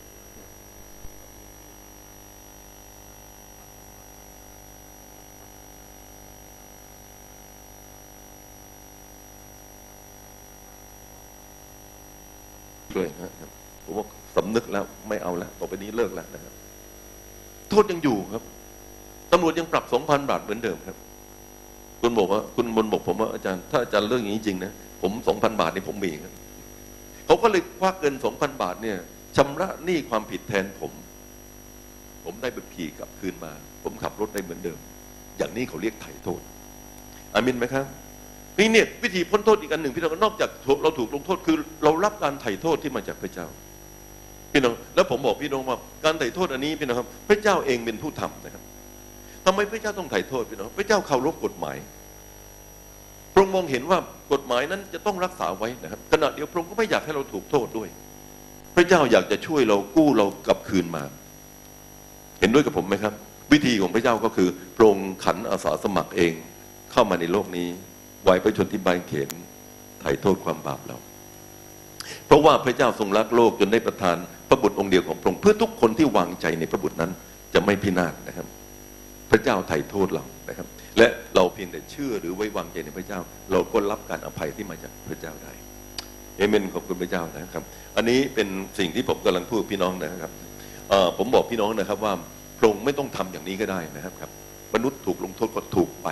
[SPEAKER 5] ด้วยนะครับผมว่าสำนึกแล้วไม่เอาแล้วต่อไปนี้เลิกแล้วนะครับโทษยังอยู่ครับตำรวจยังปรับสองพันบาทเหมือนเดิมครับคุณบอกว่าคุณบนบอกผมว่าอาจารย์ถ้าอาจารย์เรื่องอย่างนี้จริงนะผมสองพันบาทนี่ผมมีครับเขาก็เลยควักเงินสองพันบาทเนี่ยชำระหนี้ความผิดแทนผมผมได้บัตรขี่กลับคืนมาผมขับรถได้เหมือนเดิมอย่างนี้เขาเรียกไถ่โทษอามินไหมครับนี่เนี่ยวิธีพ้นโทษอีกอันหนึ่งพี่น้องนอกจากเราถูกลงโทษคือเรารับการไถ่โทษที่มาจากพระเจ้าพี่น้องแล้วผมบอกพี่น้องว่าการไถ่โทษอันนี้พี่น้องครับพระเจ้าเองเป็นผู้ทำนะครับทำไมพระเจ้าต้องไถ่โทษพี่น้องพระเจ้าเคารพกฎหมายพระองค์มองเห็นว่ากฎหมายนั้นจะต้องรักษาไว้นะครับขณะเดียวพระองค์ก็ไม่อยากให้เราถูกโทษด้วยพระเจ้าอยากจะช่วยเรากู้เรากลับคืนมาเห็นด้วยกับผมไหมครับวิธีของพระเจ้าก็คือพระองค์ขันอาสาสมัครเองเข้ามาในโลกนี้ไว้พระชนที่บางเขนไถ่โทษความบาปเราเพราะว่าพระเจ้าทรงรักโลกจนได้ประทานพระบุตรองค์เดียวของพระองค์เพื่อทุกคนที่วางใจในพระบุตรนั้นจะไม่พินาศนะครับพระเจ้าไถ่โทษเรานะครับและเราเพียงแต่เชื่อหรือไว้วางใจในพระเจ้าเราก็รับการอภัยที่มาจากพระเจ้าได้เอเมนขอบคุณพระเจ้านะครับอันนี้เป็นสิ่งที่ผมกำลังพูดพี่น้องนะครับผมบอกพี่น้องนะครับว่าพระองค์ไม่ต้องทำอย่างนี้ก็ได้นะครับครับมนุษย์ถูกลงโทษก็ถูกไป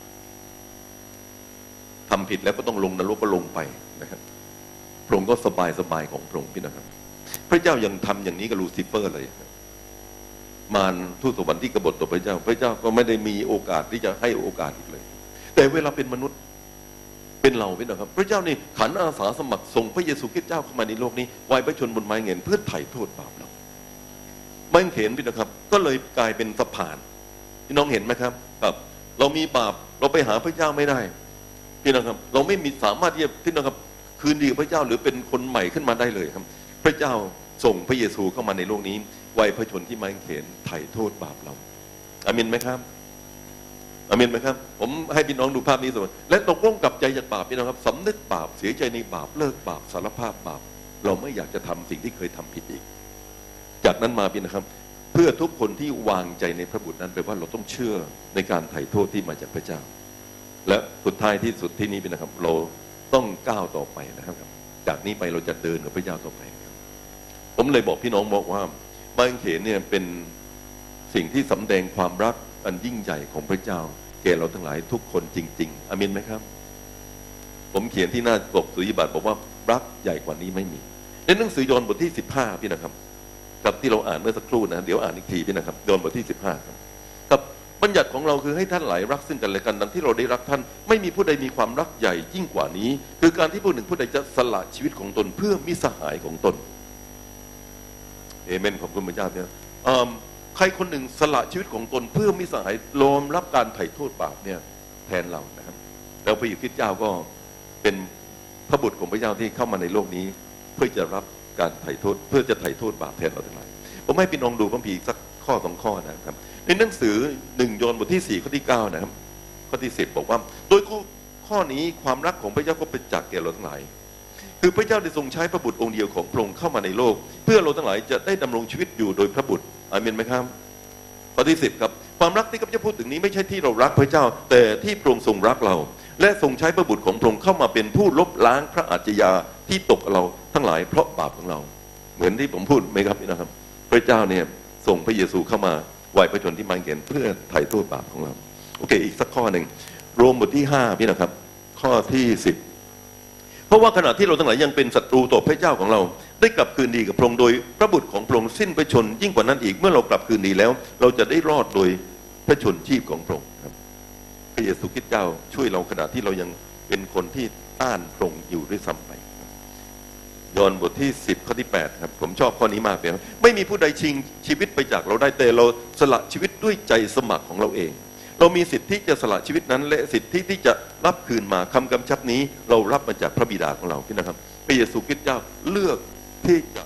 [SPEAKER 5] ทำผิดแล้วก็ต้องลงนรกก็ลงไปนะครับพระองค์ก็สบายสบายของพระองค์พี่นะครับพระเจ้ายังทำอย่างนี้กับลูซิเฟอร์เลยมารทูตสวรรค์ที่กบฏต่อพระเจ้าพระเจ้าก็ไม่ได้มีโอกาสที่จะให้โอกาสอีกเลยแต่เวลาเป็นมนุษย์เป็นเราพี่นะครับพระเจ้านี่ขันอาสาสมัครส่งพระเยซูคริสต์เจ้าเข้ามาในโลกนี้ไว้พระชนบนไม้เงินเพื่อไถ่โทษบาปเราไม้เขนพี่นะครับก็เลยกลายเป็นสะพานพี่น้องเห็นไหมครับครับเรามีบาปเราไปหาพระเจ้าไม่ได้พี่นะครับเราไม่มีสามารถที่จะพี่นะครับคืนดีกับพระเจ้าหรือเป็นคนใหม่ขึ้นมาได้เลยครับพระเจ้าส่งพระเยซูเข้ามาในโลกนี้ไว้พระชนที่ไม้เขนไถ่โทษบาปเราอามินไหมครับอามินไหมครับผมให้พี่น้องดูภาพนี้สิและตกลงกลับใจจากบาปพี่น้องครับสำนึกบาปเสียใจในบาปเลิกบาปสารภาพบาปเราไม่อยากจะทำสิ่งที่เคยทำผิดอีกจากนั้นมาพี่นะครับเพื่อทุกคนที่วางใจในพระบุตรนั้นแปลว่าเราต้องเชื่อในการไถ่โทษที่มาจากพระเจ้าและสุดท้ายที่สุดที่นี้พี่นะครับเราต้องก้าวต่อไปนะครับจากนี้ไปเราจะเดินกับพระเจ้าต่อไปผมเลยบอกพี่น้องบอกว่าไม้กางเขนเนี่ยเป็นสิ่งที่สำแดงความรักอันยิ่งใหญ่ของพระเจ้าแก่เราทั้งหลายทุกคนจริงๆอามินไหมครับผมเขียนที่หน้าปกสุริยบัตรบอกว่ารักใหญ่กว่านี้ไม่มีในหนังสือยอห์นบทที่สิบห้าพี่นะครับกับที่เราอ่านเมื่อสักครู่นะเดี๋ยวอ่านอีกทีพี่นะครับยอห์นบทที่สิบห้าครับกับบัญญัติของเราคือให้ท่านหลายรักซึ่งกันและกันดังที่เราได้รักท่านไม่มีผู้ใดมีความรักใหญ่ยิ่งกว่านี้คือการที่ผู้หนึ่งผู้ใดจะสละชีวิตของตนเพื่อมิตรสหายของตนเอเมนขอบคุณพระเจ้าเนี่ยใครคนหนึ่งสละชีวิตของตนเพื่อมิตรสหายรอมรับการไถ่โทษบาปเนี่ยแทนเรานะครับแล้วพระเยซูคริสต์เจ้าก็เป็นพระบุตรของพระเจ้าที่เข้ามาในโลกนี้เพื่อจะรับการไถ่โทษเพื่อจะไถ่โทษบาปแทนเราทั้งหลายผมให้พี่น้องดูพระคัมภีร์สักข้อสองข้อนะครับในหนังสือหนึ่งยอห์นบทที่สี่ข้อที่เก้านะครับข้อที่สิบบอกว่าโดยข้อข้อนี้ความรักของพระเจ้าก็เป็นจากแก่เราทั้งหลายคือพระเจ้าได้ทรงใช้พระบุตรองค์เดียวของพระองค์เข้ามาในโลกเพื่อเราทั้งหลายจะได้ดำรงชีวิตอยู่โดยพระบุตรอาเมนไหมครับข้อที่สิบครับความรักที่ข้าพเจ้าพูดถึงนี้ไม่ใช่ที่เรารักพระเจ้าแต่ที่พระองค์ทรงรักเราและทรงใช้พระบุตรของพระองค์เข้ามาเป็นผู้ลบล้างพระอาชญาที่ตกเราทั้งหลายเพราะบาปของเราเหมือนที่ผมพูดไหมครับพี่นะครับพระเจ้าเนี่ยส่งพระเยซูเข้ามาไหวพระชนที่ไม้กางเขนเพื่อไถ่โทษบาปของเราโอเคอีกสักข้อหนึ่งโรมบทที่ห้าพี่นะครับข้อที่สิบเพราะว่าขณะที่เราทั้งหลายยังเป็นศัตรูต่อพระเจ้าของเราได้กลับคืนดีกับพระองค์โดยพระบุตรของพระองค์สิ้นพระชนยิ่งกว่านั้นอีกเมื่อเรากลับคืนดีแล้วเราจะได้รอดโดยพระชนชีพของพระองค์ครับพระเยซูคริสต์เจ้าช่วยเราขณะที่เรายังเป็นคนที่ต้านพระองค์อยู่ด้วยซ้ำไปยอห์นบทที่สิบข้อที่แปดครับผมชอบข้อนี้มากเลยไม่มีผู้ใดชิงชีวิตไปจากเราได้แต่เราสละชีวิตด้วยใจสมัครของเราเองเรามีสิทธิที่จะสละชีวิตนั้นและสิทธิที่จะรับคืนมาคำกำชับนี้เรารับมาจากพระบิดาของเราพี่นะครับพระเยซูคริสต์เจ้าเลือกที่จะ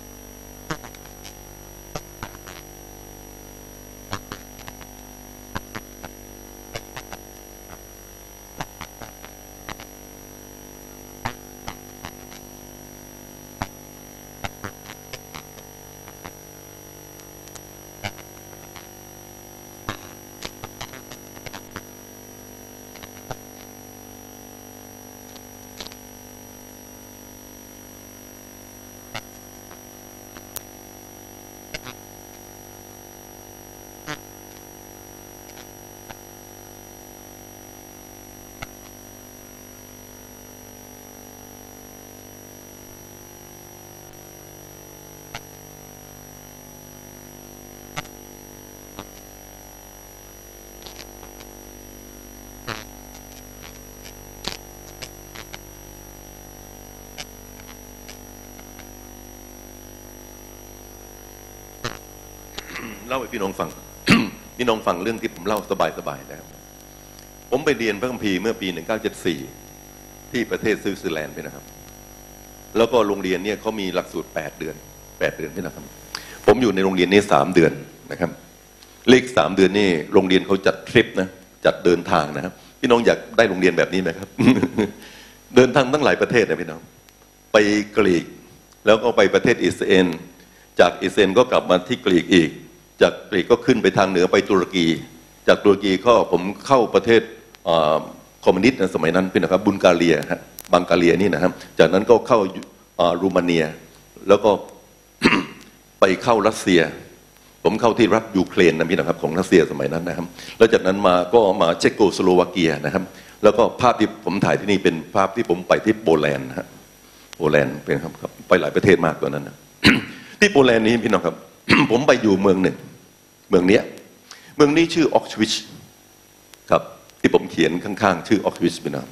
[SPEAKER 5] เล่าให้พี่น้องฟัง พี่น้องฟังเรื่องที่ผมเล่าสบายๆนะครับผมไปเรียนพระคัมภีร์เมื่อปีหนึ่งเก้าเจ็ดสี่ที่ประเทศสวิตเซอร์แลนด์ไปนะครับแล้วก็โรงเรียนเนี่ยเขามีหลักสูตรแปดเดือนแปดเดือนพี่นะครับผมอยู่ในโรงเรียนนี้สามเดือนนะครับเลขสามเดือนนี่โรงเรียนเขาจัดทริปนะจัดเดินทางนะครับพี่น้องอยากได้โรงเรียนแบบนี้ไหมครับ เดินทางตั้งหลายประเทศนะพี่น้องไปกรีกแล้วก็ไปประเทศอิสราเอลจากอิสราเอลก็กลับมาที่กรีกอีกจากกรีกก็ขึ้นไปทางเหนือไปตุรกีจากตุรกีก็ผมเข้าประเทศคอมมิวนิสต์ในสมัยนั้นเป็นนะครับบุลการีฮะบังการีนี่นะครับจากนั้นก็เข้ารูมาเนียแล้วก็ ไปเข้ารัสเซียผมเข้าที่รัฐยูเครนนะพี่นะครับของรัสเซียสมัยนั้นนะครับแล้วจากนั้นมาก็มาเชโกสโลวาเกียนะครับแล้วก็ภาพที่ผมถ่ายที่นี่เป็นภาพที่ผมไปที่โปแลนด์ฮะโปแลนด์เป็นครับไปหลายประเทศมากตอนนั้นนะ ที่โปแลนด์นี้พี่น้องครับ ผมไปอยู่เมืองหนึ่งเมืองนี้เมืองนี้ชื่อออกชวิชครับที่ผมเขียนข้างๆชื่อออกชวิชพี่น้อง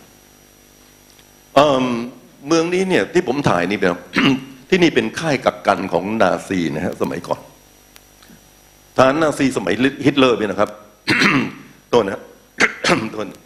[SPEAKER 5] เมืองนี้เนี่ยที่ผมถ่ายนี่เป็น ที่นี่เป็นค่ายกักกันของนาซีนะฮะสมัยก่อนทหารนาซีสมัยฮิตเลอร์พี่นะครับ ต้นนะ ต้น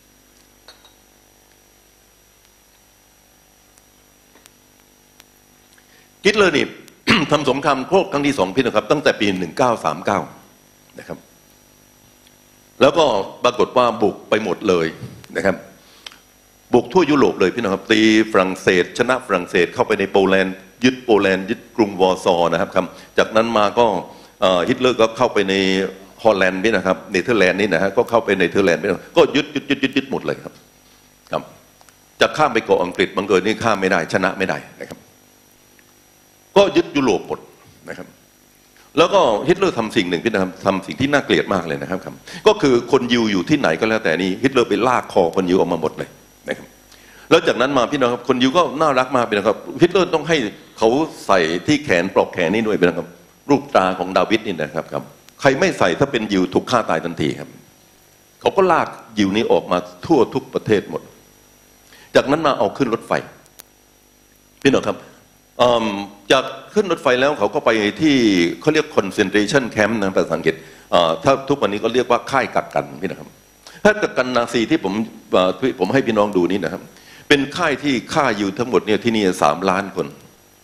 [SPEAKER 5] ฮิตเลอร์นี่ ทำสงครามโลกครั้งที่สองพี่นะครับตั้งแต่ปีหนึ่งเก้าสามเก้านะครับแล้วก็ปรากฏว่าบุกไปหมดเลยนะครับบุกทั่วยุโรปเลยพี่นะครับตีฝรั่งเศสชนะฝรั่งเศสเข้าไปในโปแลนด์ยึดโปแลนด์ยึดกรุงวอร์ซอนะครับครับจากนั้นมาก็ฮิตเลอร์ก็เข้าไปในฮอลแลนด์นี่นะครับเนเธอร์แลนด์นี่นะฮะก็เข้าไปในเนเธอร์แลนด์ก็ยึดยึดยึดยึดยึดหมดเลยครับครับจะข้ามไปเกาะอังกฤษบังเอิญนี่ข้ามไม่ได้ชนะไม่ได้นะครับก็ยึดยุโรปหมดนะครับแล้วก็ฮิตเลอร์ทำสิ่งหนึ่งพี่นะครับทำสิ่งที่น่าเกลียดมากเลยนะครับก็คือคนยิวอยู่ที่ไหนก็แล้วแต่นี่ฮิตเลอร์ไปลากคอคนยิวออกมาหมดเลยนะครับแล้วจากนั้นมาพี่น้องครับคนยิวก็น่ารักมากพี่นะครับฮิตเลอร์ต้องให้เขาใส่ที่แขนปลอกแขนนี่ด้วยพี่นะครับรูปตาของดาวิดนี่นะครับครับใครไม่ใส่ถ้าเป็นยิวถูกฆ่าตายทันทีครับเขาก็ลากยิวนี้ออกมาทั่วทุกประเทศหมดจากนั้นมาเอาขึ้นรถไฟพี่น้องครับจากขึ้นรถไฟแล้วเขาก็ไปที่เขาเรียก concentration camp นะภาษาอังกฤษถ้าทุกวันนี้ก็เรียกว่าค่ายกักกันพี่นะครับค่ายกักกันนาซีที่ผมผมให้พี่น้องดูนี่นะครับเป็นค่ายที่ฆ่ายิวทั้งหมดเนี่ยที่นี่สามล้านคน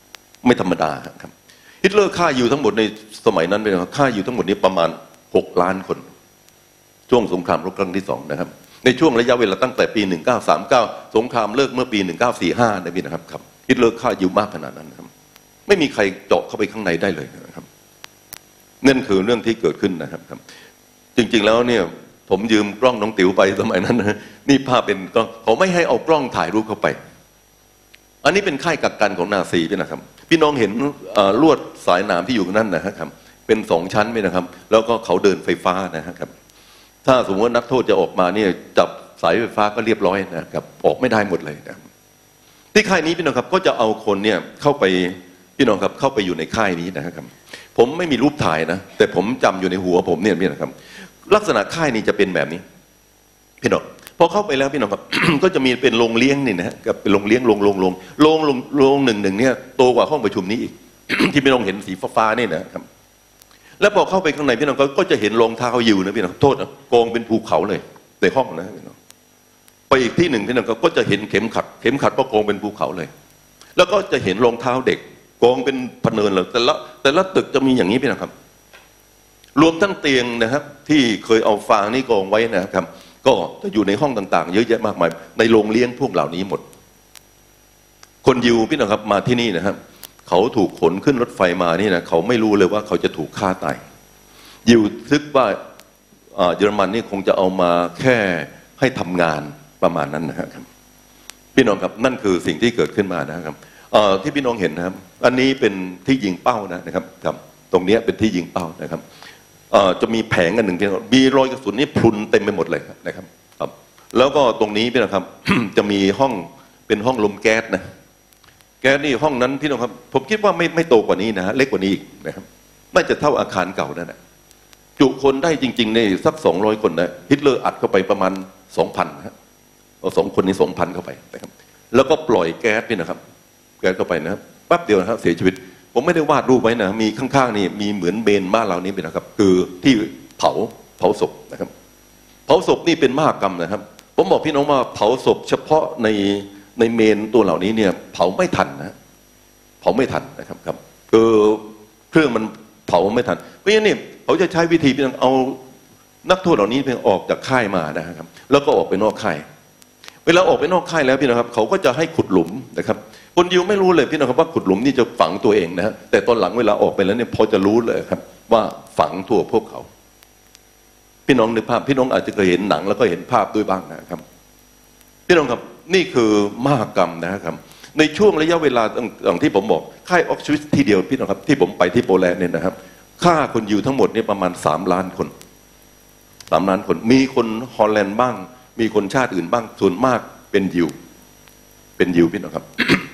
[SPEAKER 5] ไม่ธรรมดาครับฮิตเลอร์ฆ่ายิวทั้งหมดในสมัยนั้นเป็นฆ่ายิวทั้งหมดนี้ประมาณหกล้านคนช่วงสงครามโลกครั้งที่สองนะครับในช่วงระยะเวลาตั้งแต่ปีหนึ่งเก้าสามเก้าสงครามเลิกเมื่อปีหนึ่งเก้าสี่ห้านะพี่นะครับฮิตเลอร์ฆ่ายิวมากขนาดนั้นนะครับไม่มีใครเจาะเข้าไปข้างในได้เลยนะครับนั่นคือเรื่องที่เกิดขึ้นนะครับจริงๆแล้วเนี่ยผมยืมกล้องน้องติ๋วไปสมัยนั้นนะนี่ภาพเป็นกล้องเขาไม่ให้เอากล้องถ่ายรูปเข้าไปอันนี้เป็นค่ายกักกันของนาซีพี่นะครับพี่น้องเห็นลวดสายหนามที่อยู่นั่นนะครับเป็นสองชั้นพี่นะครับแล้วก็เขาเดินไฟฟ้านะครับถ้าสมมติว่านักโทษจะออกมาเนี่ยจับสายไฟฟ้าก็เรียบร้อยนะครับออกไม่ได้หมดเลยนะที่ค่ายนี้พี่น้องครับก็จะเอาคนเนี่ยเข้าไปพี่น้องครับเข้าไปอยู่ในค่ายนี้นะครับผมไม่มีรูปถ่ายนะแต่ผมจำอยู่ในหัวผมเนี่ยพี่นะครับลักษณะค่ายนี้จะเป็นแบบนี้พี่น้องพอเข้าไปแล้วพี่น้องครับ ก็จะมีเป็นโรงเลี้ยงนี่นะกับเป็นโรงเลี้ยงโรงโรงโรงโรงโรงโรงหนึ่งหนึ่งเนี่ยโตกว่าห้องประชุมนี้อีก ที่พี่น้องเห็นสีฟ้าๆนี่นะครับแล้วพอเข้าไปข้างในพี่น้องก็จะเห็นรองเท้ายิวนะพี่น้องโทษนะกองเป็นภูเขาเลยในห้องนะพี่น้องไปอีกที่หนึ่งพี่น้องก็จะเห็นเข็มขัดเข็มขัดก็กองเป็นภูเขาเลยแล้วก็จะเห็นรองเท้าเด็กกองเป็นพเนินเลยแต่ละแต่ละตึกจะมีอย่างนี้พี่น้องครับรวมทั้งเตียงนะครับที่เคยเอาฟางนี่กองไว้นะครับก็จะอยู่ในห้องต่างๆเยอะแยะมากมายในโรงเลี้ยงพวกเหล่านี้หมดคนยิวพี่น้องครับมาที่นี่นะครับเขาถูกขนขึ้นรถไฟมานี่นะเขาไม่รู้เลยว่าเขาจะถูกฆ่าตายยิวซึกว่าเยอรมันนี่คงจะเอามาแค่ให้ทำงานประมาณนั้นนะครับพี่น้องครับนั่นคือสิ่งที่เกิดขึ้นมานะครับที่พี่น้องเห็นนะครับอันนี้เป็นที่ยิงเป้านะครับครับตรงนี้เป็นที่ยิงเป้านะครับจะมีแผงอันหนึ่งที่มีรอยกระสุนนี่พรุนเต็มไปหมดเลยนะครับครับแล้วก็ตรงนี้พี่น้องครับ จะมีห้องเป็นห้องลมแก๊สนะแก๊สนี่ห้องนั้นพี่น้องครับผมคิดว่าไม่ไม่โตกว่านี้นะฮะเล็กกว่านี้อีกนะครับน่าจะเท่าอาคารเก่านั่นแหละจุคนได้จริงๆในสักสองร้อยคนนะฮิตเลอร์อัดเข้าไปประมาณสองพันนะเอาสองคนนี้สองพันเข้าไปนะครับแล้วก็ปล่อยแก๊สนี่นะครับแก๊สเข้าไปนะครับแป๊บเดียวนะครับเสียชีวิตผมไม่ได้วาดรูปไว้นะมีข้างๆนี่มีเหมือนเมนบ้านเรานี้เป็นนะครับคือที่เผาเผาศพนะครับเผาศพนี่เป็นมหากรรมนะครับผมบอกพี่น้องว่าเผาศพเฉพาะในในเมนตัวเหล่านี้เนี่ยเผาไม่ทันนะเผาไม่ทันนะครับครับคือเครื่องมันเผาไม่ทันเพราะฉะนั้นนี่เขาจะใช้วิธีพี่น้องเอานักโทษเหล่านี้เพียงออกจากค่ายมานะครับแล้วก็ออกไปนอกค่ายเวลาออกไปนอกค่ายแล้วพี่น้องครับเขาก็จะให้ขุดหลุมนะครับคนยิวไม่รู้เลยพี่น้องครับว่าขุดหลุมนี่จะฝังตัวเองนะฮะแต่ตอนหลังเวลาออกไปแล้วเนี่ยพอจะรู้เลยครับว่าฝังตัวพวกเขาพี่น้องในภาพพี่น้องอาจจะเคยเห็นหนังแล้วก็เห็นภาพด้วยบ้างนะครับพี่น้องครับนี่คือมหากรรมนะครับในช่วงระยะเวลาอย่างที่ผมบอกค่ายออกซิวิสที่เดียวพี่น้องครับที่ผมไปที่โปแลนด์เนี่ยนะครับฆ่าคนยิวทั้งหมดนี่ประมาณสามล้านคนสามล้านคนมีคนฮอลแลนด์บ้างมีคนชาติอื่นบ้างส่วนมากเป็นยิวเป็นยิวพี่น้องครับ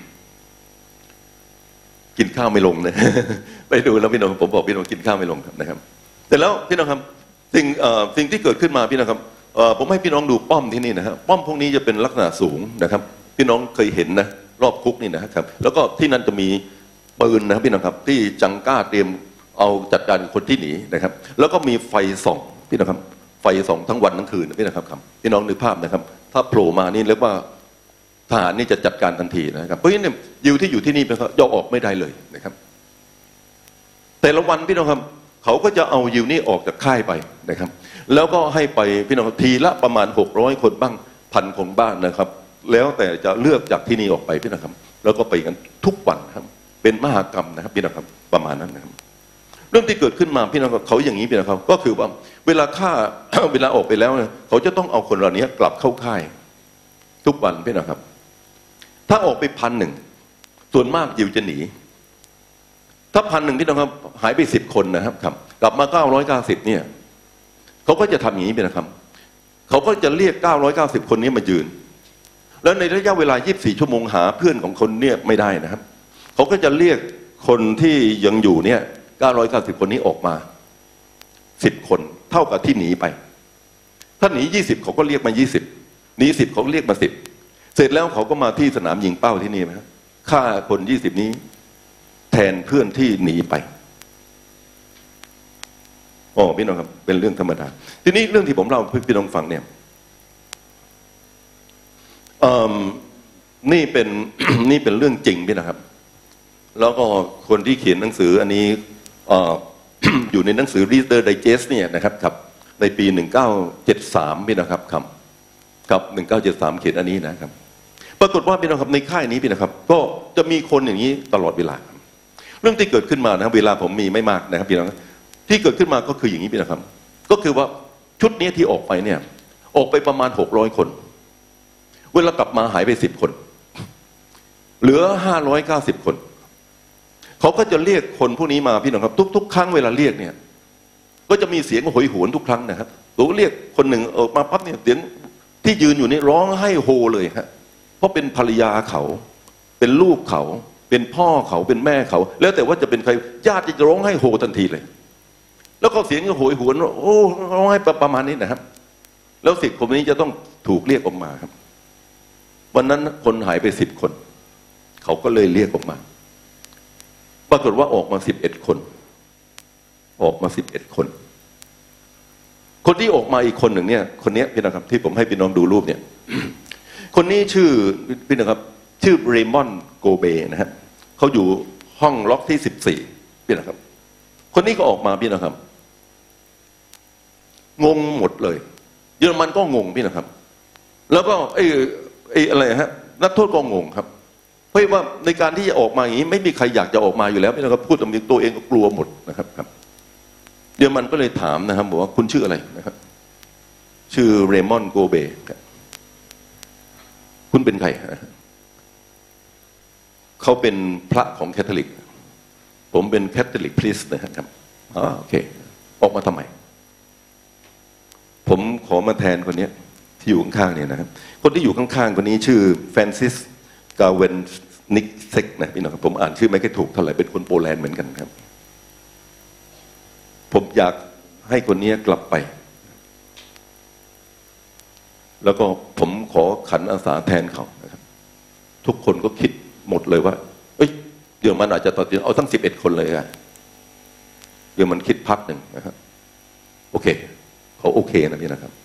[SPEAKER 5] กินข้าวไม่ลงนะ ไปดูแล้วพี่น้องผมบอกพี่น้องกินข้าวไม่ลงครับนะครับแต่แล้วพี่น้องครับสิ่งสิ่งที่เกิดขึ้นมาพี่น้องครับผมให้พี่น้องดูป้อมที่นี่นะครับป้อมพวกนี้จะเป็นลักษณะสูงนะครับพี่น้องเคยเห็นนะรอบคุกนี่นะครับแล้วก็ที่นั่นจะมีปืนนะครับพี่น้องครับที่จังก้าเตรียมเอาจัดการคนที่หนีนะครับแล้วก็มีไฟส่องพี่น้องครับไฟส่องทั้งวันทั้งคืนพี่น้องครับพี่น้องนึกภาพนะครับถ้าโผล่มานี่เรียกว่าทหารนี่จะจัดการทันทีนะครับเพราะฉะนั้นยิวที่อยู่ที่นี่เป็นย่อออกไม่ได้เลยนะครับแต่ละวันพี่น้องครับเขาก็จะเอายิวนี่ออกจากค่ายไปนะครับแล้วก็ให้ไปพี่น้องทีละประมาณหกร้อยคนบ้างพันคนบ้างนะครับแล้วแต่จะเลือกจากที่นี่ออกไปพี่น้องครับแล้วก็ไปกันทุกวันครับเป็นมหากรรมนะครับพี่น้องครับประมาณนั้นนะครับเรื่องที่เกิดขึ้นมาพี่น้องเขาอย่างนี้พี่น้องครับก็คือว่าเวลาฆ่า เวลาออกไปแล้วเขาจะต้องเอาคนเหล่านี้กลับเข้าค่ายทุกวันพี่น้องครับถ้าออกไปพันหนึ่งส่วนมากยิวจะหนีถ้าพันหนึ่งพี่น้องครับหายไปสิบคนนะครับครับกลับมาเก้าร้อยเก้าสิบเนี่ยเขาก็จะทำอย่างนี้ไปนะครับเขาก็จะเรียกเก้าร้อยเก้าสิบคนนี้มายืนแล้วในระยะเวลายี่สิบสี่ชั่วโมงหาเพื่อนของคนเนี่ยไม่ได้นะครับเขาก็จะเรียกคนที่ยังอยู่เนี่ยเก้าร้อยเก้าสิบคนนี้ออกมาสิบคนเท่ากับที่หนีไปถ้าหนียี่สิบเขาก็เรียกมายี่สิบหนีสิบเขาเรียกมาสิบเสร็จแล้วเขาก็มาที่สนามยิงเป้าที่นี่นะครับฆ่าคนยี่สิบนี้แทนเพื่อนที่หนีไปอ๋อพี่น้องครับเป็นเรื่องธรรมดาทีนี้เรื่องที่ผมเล่าให้พี่น้องฟังเนี่ยนี่เป็น นี่เป็นเรื่องจริงพี่นะครับแล้วก็คนที่เขียนหนังสืออันนี้ อยู่ในหนังสือ Reader Digest เนี่ยนะครับครับในปีหนึ่งเก้าเจ็ดสามพี่นะครับครับครับหนึ่งเก้าเจ็ดสามเขียนอันนี้นะครับปรากฏว่าพี่น้องครับในค่ายนี้พี่นะครับก็จะมีคนอย่างนี้ตลอดเวลาเรื่องที่เกิดขึ้นมานะครับเวลาผมมีไม่มากนะครับพี่น้องที่เกิดขึ้นมาก็คืออย่างนี้พี่นะครับก็คือว่าชุดนี้ที่ออกไปเนี่ยออกไปประมาณหกร้อยคนเวลากลับมาหายไปสิบคนเหลือห้าร้อยเก้าสิบคนเขาก็จะเรียกคนพวกนี้มาพี่น้องครับทุกๆครั้งเวลาเรียกเนี่ยก็จะมีเสียงโหยหวนทุกครั้งนะครับตัวเรียกคนหนึ่งออกมาปั๊บเนี่ยเสียงที่ยืนอยู่นี่ร้องไห้โฮเลยฮะเพราะเป็นภรรยาเขาเป็นลูกเขาเป็นพ่อเขาเป็นแม่เขาแล้วแต่ว่าจะเป็นใครญาติจะร้องไห้โฮทันทีเลยแล้วก็เสียงก็โหยหวนโอ้ร้องไห้ประมาณนี้นะครับแล้วสิบคนนี้จะต้องถูกเรียกออกมาครับวันนั้นคนหายไปสิบคนเขาก็เลยเรียกออกมาปรากฏว่าออกมาสิบเอ็ดคนออกมาสิบเอ็ดคนคนที่ออกมาอีกคนหนึ่งเนี่ยคนนี้พี่นะครับที่ผมให้พี่น้องดูรูปเนี่ย คนนี้ชื่อพี่นะครับชื่อเรมอนโกเบนะฮะเขาอยู่ห้องล็อกที่สิบสี่พี่นะครับคนนี้ก็ออกมาพี่นะครับงงหมดเลยเยอรมันก็งงพี่นะครับแล้วก็ไอ้ไอ้อะไรฮะนักโทษก็งงครับเพราะว่าในการที่จะออกมาอย่างนี้ไม่มีใครอยากจะออกมาอยู่แล้วพี่นะครับพูดตรงนี้ตัวเองก็กลัวหมดนะครับครับเยอรมันก็เลยถามนะครับบอกว่าคุณชื่ออะไรนะครับชื่อเรมอนโกเบคุณเป็นใครเขาเป็นพระของแคทอลิกผมเป็นแคทอลิกพรีสต์นะครับอ๋อโอเคออกมาทำไมผมขอมาแทนคนนี้ที่อยู่ข้างๆเนี่ยนะครับคนที่อยู่ข้างๆคนนี้ชื่อแฟรนซิสกาเวนนิกเซ็กนะพี่น้องครับผมอ่านชื่อไม่ค่อยถูกเท่าไหร่เป็นคนโปแลนด์เหมือนกันครับผมอยากให้คนนี้กลับไปแล้วก็ผมขอขันอาสาแทนเขานะครับทุกคนก็คิดหมดเลยว่าเอ้ยเดี๋ยวมันอาจจะตัดสินเอาทั้งสิบเอ็ดคนเลยอะเดี๋ยวมันคิดพักหนึ่งนะครับโอเคเขาโอเคนะพี่นะครับ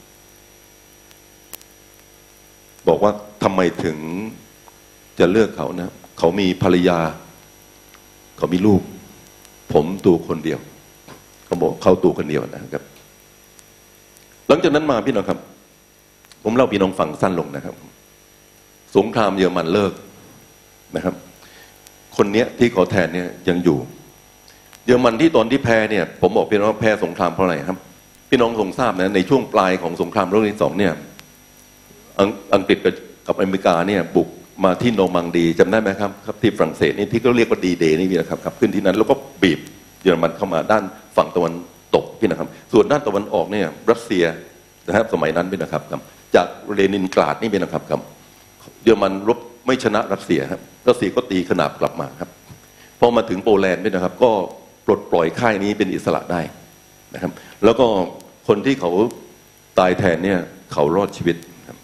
[SPEAKER 5] บอกว่าทำไมถึงจะเลือกเขานะเขามีภรรยาเขามีลูกผมตัวคนเดียวเขาบอกเขาตัวคนเดียวนะครับหลังจากนั้นมาพี่น้องครับผมเล่าพี่น้องฟังสั้นลงนะครับสงครามเยอรมันเลิกนะครับคนเนี้ยที่ขอแทนเนี่ยยังอยู่เยอรมันที่ตอนที่แพ้เนี่ยผมบอกพี่น้องแพ้สงครามเพราะอะไรครับพี่น้องคงทราบนะในช่วงปลายของสงครามโลกที่สองเนี่ยอังกฤษกับอเมริกาเนี่ยบุกมาที่โนมังดีจำได้ไหมครับครับที่ฝรั่งเศสนี่ที่เขาเรียกว่าดีเดย์นี่นะครับครับขึ้นที่นั้นแล้วก็บีบเยอรมันเข้ามาด้านฝั่งตะวันตกพี่นะครับส่วนด้านตะวันออกเนี่ยรัสเซียนะครับสมัยนั้นพี่นะครับจากเลนินกราดนี่พี่นะครับครับเยอรมันรบไม่ชนะรัสเซียครับรัสเซียก็ตีขนาบกลับมาครับพอมาถึงโปแลนด์พี่นะครับก็ปลดปล่อยค่ายนี้เป็นอิสระได้นะครับแล้วก็คนที่เขาตายแทนเนี่ยเขารอดชีวิตครับ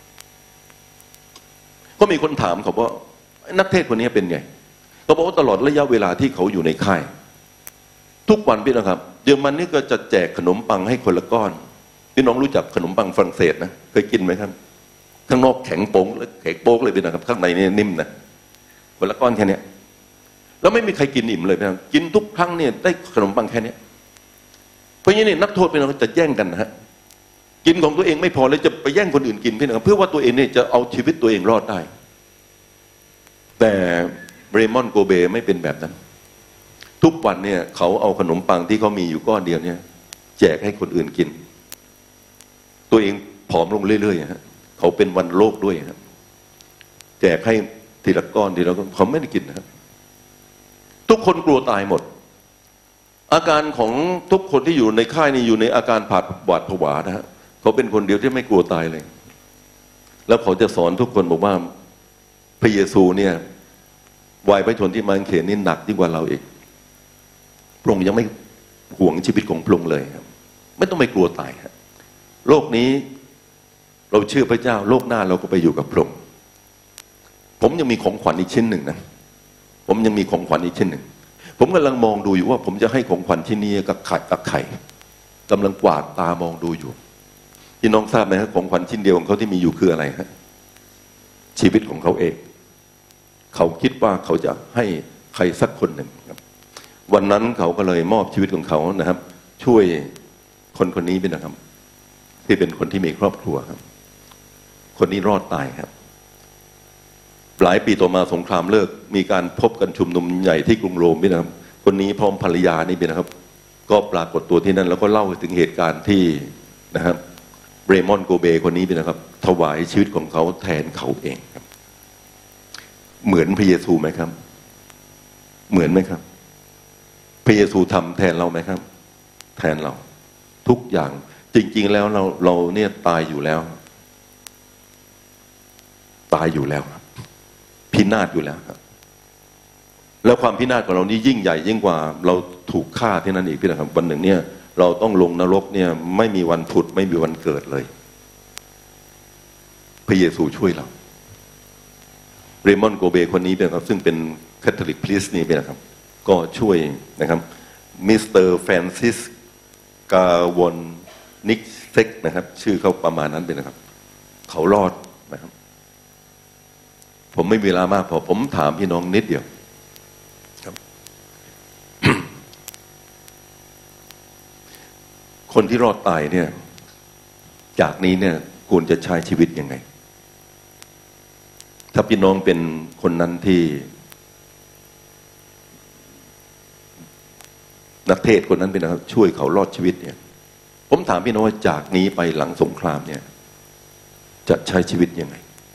[SPEAKER 5] ก็มีคนถามเขาว่านักเทศคนนี้เป็นไงเขาบอกว่าตลอดระยะเวลาที่เขาอยู่ในค่ายทุกวันพี่นะครับเยอรมันนี่ก็จะแจกขนมปังให้คนละก้อนพี่น้องรู้จักขนมปังฝรั่งเศสนะเคยกินไหมครับข้างนอกแข็งโป๊กเลยแข็งโป๊กเลยพี่นะครับข้างในนี่นิ่มนะคนละก้อนแค่นี้แล้วไม่มีใครกินอิ่มเลยพี่นะครับกินทุกครั้งเนี่ยได้ขนมปังแค่นี้เพราะงี้นี่นักโทษพี่น้องจะแย่งกันนะฮะกินของตัวเองไม่พอเลยจะไปแย่งคนอื่นกินพี่นะครับเพื่อว่าตัวเองเนี่ยจะเอาชีวิตตัวเองรอดได้แต่เรมอนโกเบไม่เป็นแบบนั้นทุกวันเนี่ยเขาเอาขนมปังที่เขามีอยู่ก้อนเดียวเนี่ยแจกให้คนอื่นกินตัวเองผอมลงเรื่อยๆฮะเขาเป็นวันโลกด้วยครับแจกให้ทีละก้อนทีละก้อนเขาไม่ได้กินนะครับทุกคนกลัวตายหมดอาการของทุกคนที่อยู่ในค่ายนี่อยู่ในอาการผาดหวาดผวานะฮะเขาเป็นคนเดียวที่ไม่กลัวตายเลยแล้วเขาจะสอนทุกคนบอกว่าพระเยซูเนี่ยวายพระชนที่มาเขนนี่หนักยิ่งกว่าเราอีกพระองค์ยังไม่ห่วงชีวิตของพระองค์เลยครับไม่ต้องไปกลัวตายครับโลกนี้เราเชื่อพระเจ้าโลกหน้าเราก็ไปอยู่กับพระองค์ผมยังมีของขวัญอีกชิ้นหนึ่งนะผมยังมีของขวัญอีกชิ้นหนึ่งผมกำลังมองดูอยู่ว่าผมจะให้ของขวัญที่นี่กับไข่กับไข่กำลังกวาดตามองดูอยู่พี่น้องทราบไหมครับของขวัญชิ้นเดียวของเขาที่มีอยู่คืออะไรฮะชีวิตของเขาเองเขาคิดว่าเขาจะให้ใครสักคนหนึ่งครับวันนั้นเขาก็เลยมอบชีวิตของเขานะครับช่วยคนคนนี้เป็นนะครับที่เป็นคนที่มีครอบครัวครับคนนี้รอดตายครับหลายปีต่อมาสงครามเลิกมีการพบกันชุมนุมใหญ่ที่กรุงโรมนี่นะครับคนนี้พร้อมภรรยานี่เป็นนะครับก็ปรากฏตัวที่นั่นแล้วก็เล่าถึงเหตุการณ์ที่นะครับเรมอนโกเบคนนี้เป็นนะครับถวายชีวิตของเขาแทนเขาเองครับเหมือนพระเยซูไหมครับเหมือนไหมครับพระเยซูทำแทนเราไหมครับแทนเราทุกอย่างจริงๆแล้วเราเราเนี่ยตายอยู่แล้วตายอยู่แล้วครับพินาศอยู่แล้วครับแล้วความพินาศของเรานี่ยิ่งใหญ่ยิ่งกว่าเราถูกฆ่าที่นั่นอีกพี่นะครับวันหนึ่งเนี่ยเราต้องลงนรกเนี่ยไม่มีวันผุดไม่มีวันเกิดเลยพระเยซูช่วยเราเรมอนโกเบคนนี้เป็นครับซึ่งเป็นคาทอลิกพรีสต์นี่เป็นนะครับก็ช่วยนะครับมิสเตอร์แฟรนซิสกาวอนนิกเซ็กนะครับชื่อเขาประมาณนั้นเป็นนะครับเขารอดนะครับผมไม่มีเวลามากพอผมถามพี่น้องนิดเดียวครับ คนที่รอดตายเนี่ยจากนี้เนี่ยควรจะใช้ชีวิตยังไงถ้าพี่น้องเป็นคนนั้นที่นักเทศคนนั้นเป็นนะครับช่วยเขารอดชีวิตเนี่ยผมถามพี่น้องว่าจากนี้ไปหลังสงครามเนี่ยจะใช้ชีวิตยังไง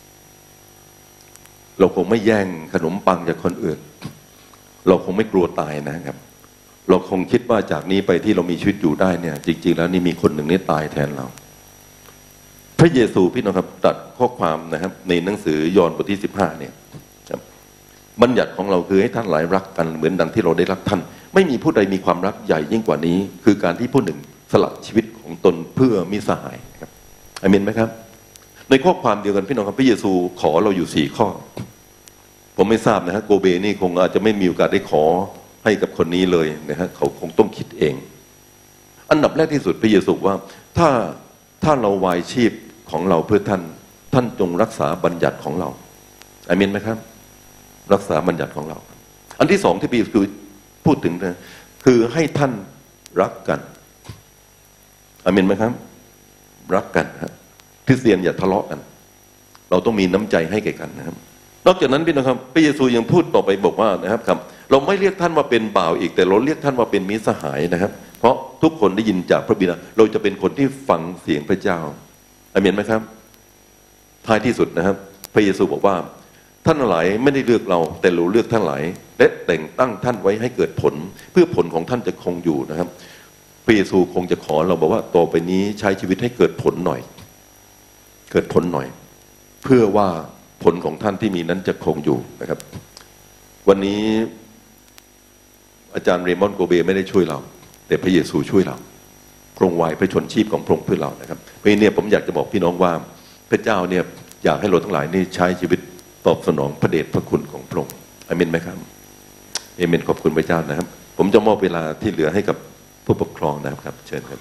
[SPEAKER 5] เราคงไม่แย่งขนมปังจากคนอื่นเราคงไม่กลัวตายนะครับเราคงคิดว่าจากนี้ไปที่เรามีชีวิตอยู่ได้เนี่ยจริงๆแล้วนี่มีคนหนึ่งนี่ตายแทนเราพระเยซูพี่น้องครับตัดข้อความนะครับในหนังสือยอห์นบทที่สิบห้าเนี่ยบัญญัติของเราคือให้ท่านหลายรักกันเหมือนดังที่เราได้รักท่านไม่มีผู้ใดมีความรักใหญ่ยิ่งกว่านี้คือการที่ผู้หนึ่งสละชีวิตของตนเพื่อมิตรสหายครับอาเมนไหมครับในข้อความเดียวกันพี่น้องครับพระเยซูขอเราอยู่สี่ข้อผมไม่ทราบนะฮะโกเบนี่คงอาจจะไม่มีโอกาสได้ขอให้กับคนนี้เลยนะฮะเขาคงต้องคิดเองอันดับแรกที่สุดพระเยซูว่าถ้าถ้าเราวายชีพของเราเพื่อท่านท่านจงรักษาบัญญัติของเราอาเมนไหมครับรักษาบัญญัติของเราอันที่สองที่พระเยซูพูดถึงนะคือให้ท่านรักกันอาเมนไหมครับรักกันครับคริสเตียนอย่าทะเลาะกันเราต้องมีน้ำใจให้แก่กันนะครับนอกจากนั้นพี่น้องครับพระเยซูยังพูดต่อไปบอกว่านะครับครับเราไม่เรียกท่านว่าเป็นบ่าวอีกแต่เราเรียกท่านว่าเป็นมิตรสหายนะครับเพราะทุกคนได้ยินจากพระบิดาเราจะเป็นคนที่ฟังเสียงพระเจ้าอาเมนไหมครับท้ายที่สุดนะครับพระเยซูบอกว่าท่านหลายไม่ได้เลือกเราแต่เราเลือกท่านหลายและแต่งตั้งท่านไว้ให้เกิดผลเพื่อผลของท่านจะคงอยู่นะครับพระเยซูคงจะขอเราบอกว่าต่อไปนี้ใช้ชีวิตให้เกิดผลหน่อยเกิดผลหน่อยเพื่อว่าผลของท่านที่มีนั้นจะคงอยู่นะครับวันนี้อาจารย์เรมอนโกเบไม่ได้ช่วยเราแต่พระเยซูช่วยเราพระองค์วายพระชนชีพของพระองค์เพื่อเรานะครับเพราะเนี่ยผมอยากจะบอกพี่น้องว่าพระเจ้าเนี่ยอยากให้เราทั้งหลายนี่ใช้ชีวิตตอบสนองพระเดชพระคุณของพระองค์อาเมนไหมครับเอเมนขอบคุณพระเจ้านะครับผมจะมอบเวลาที่เหลือให้กับผู้ปกครองนะครับเชิญครับ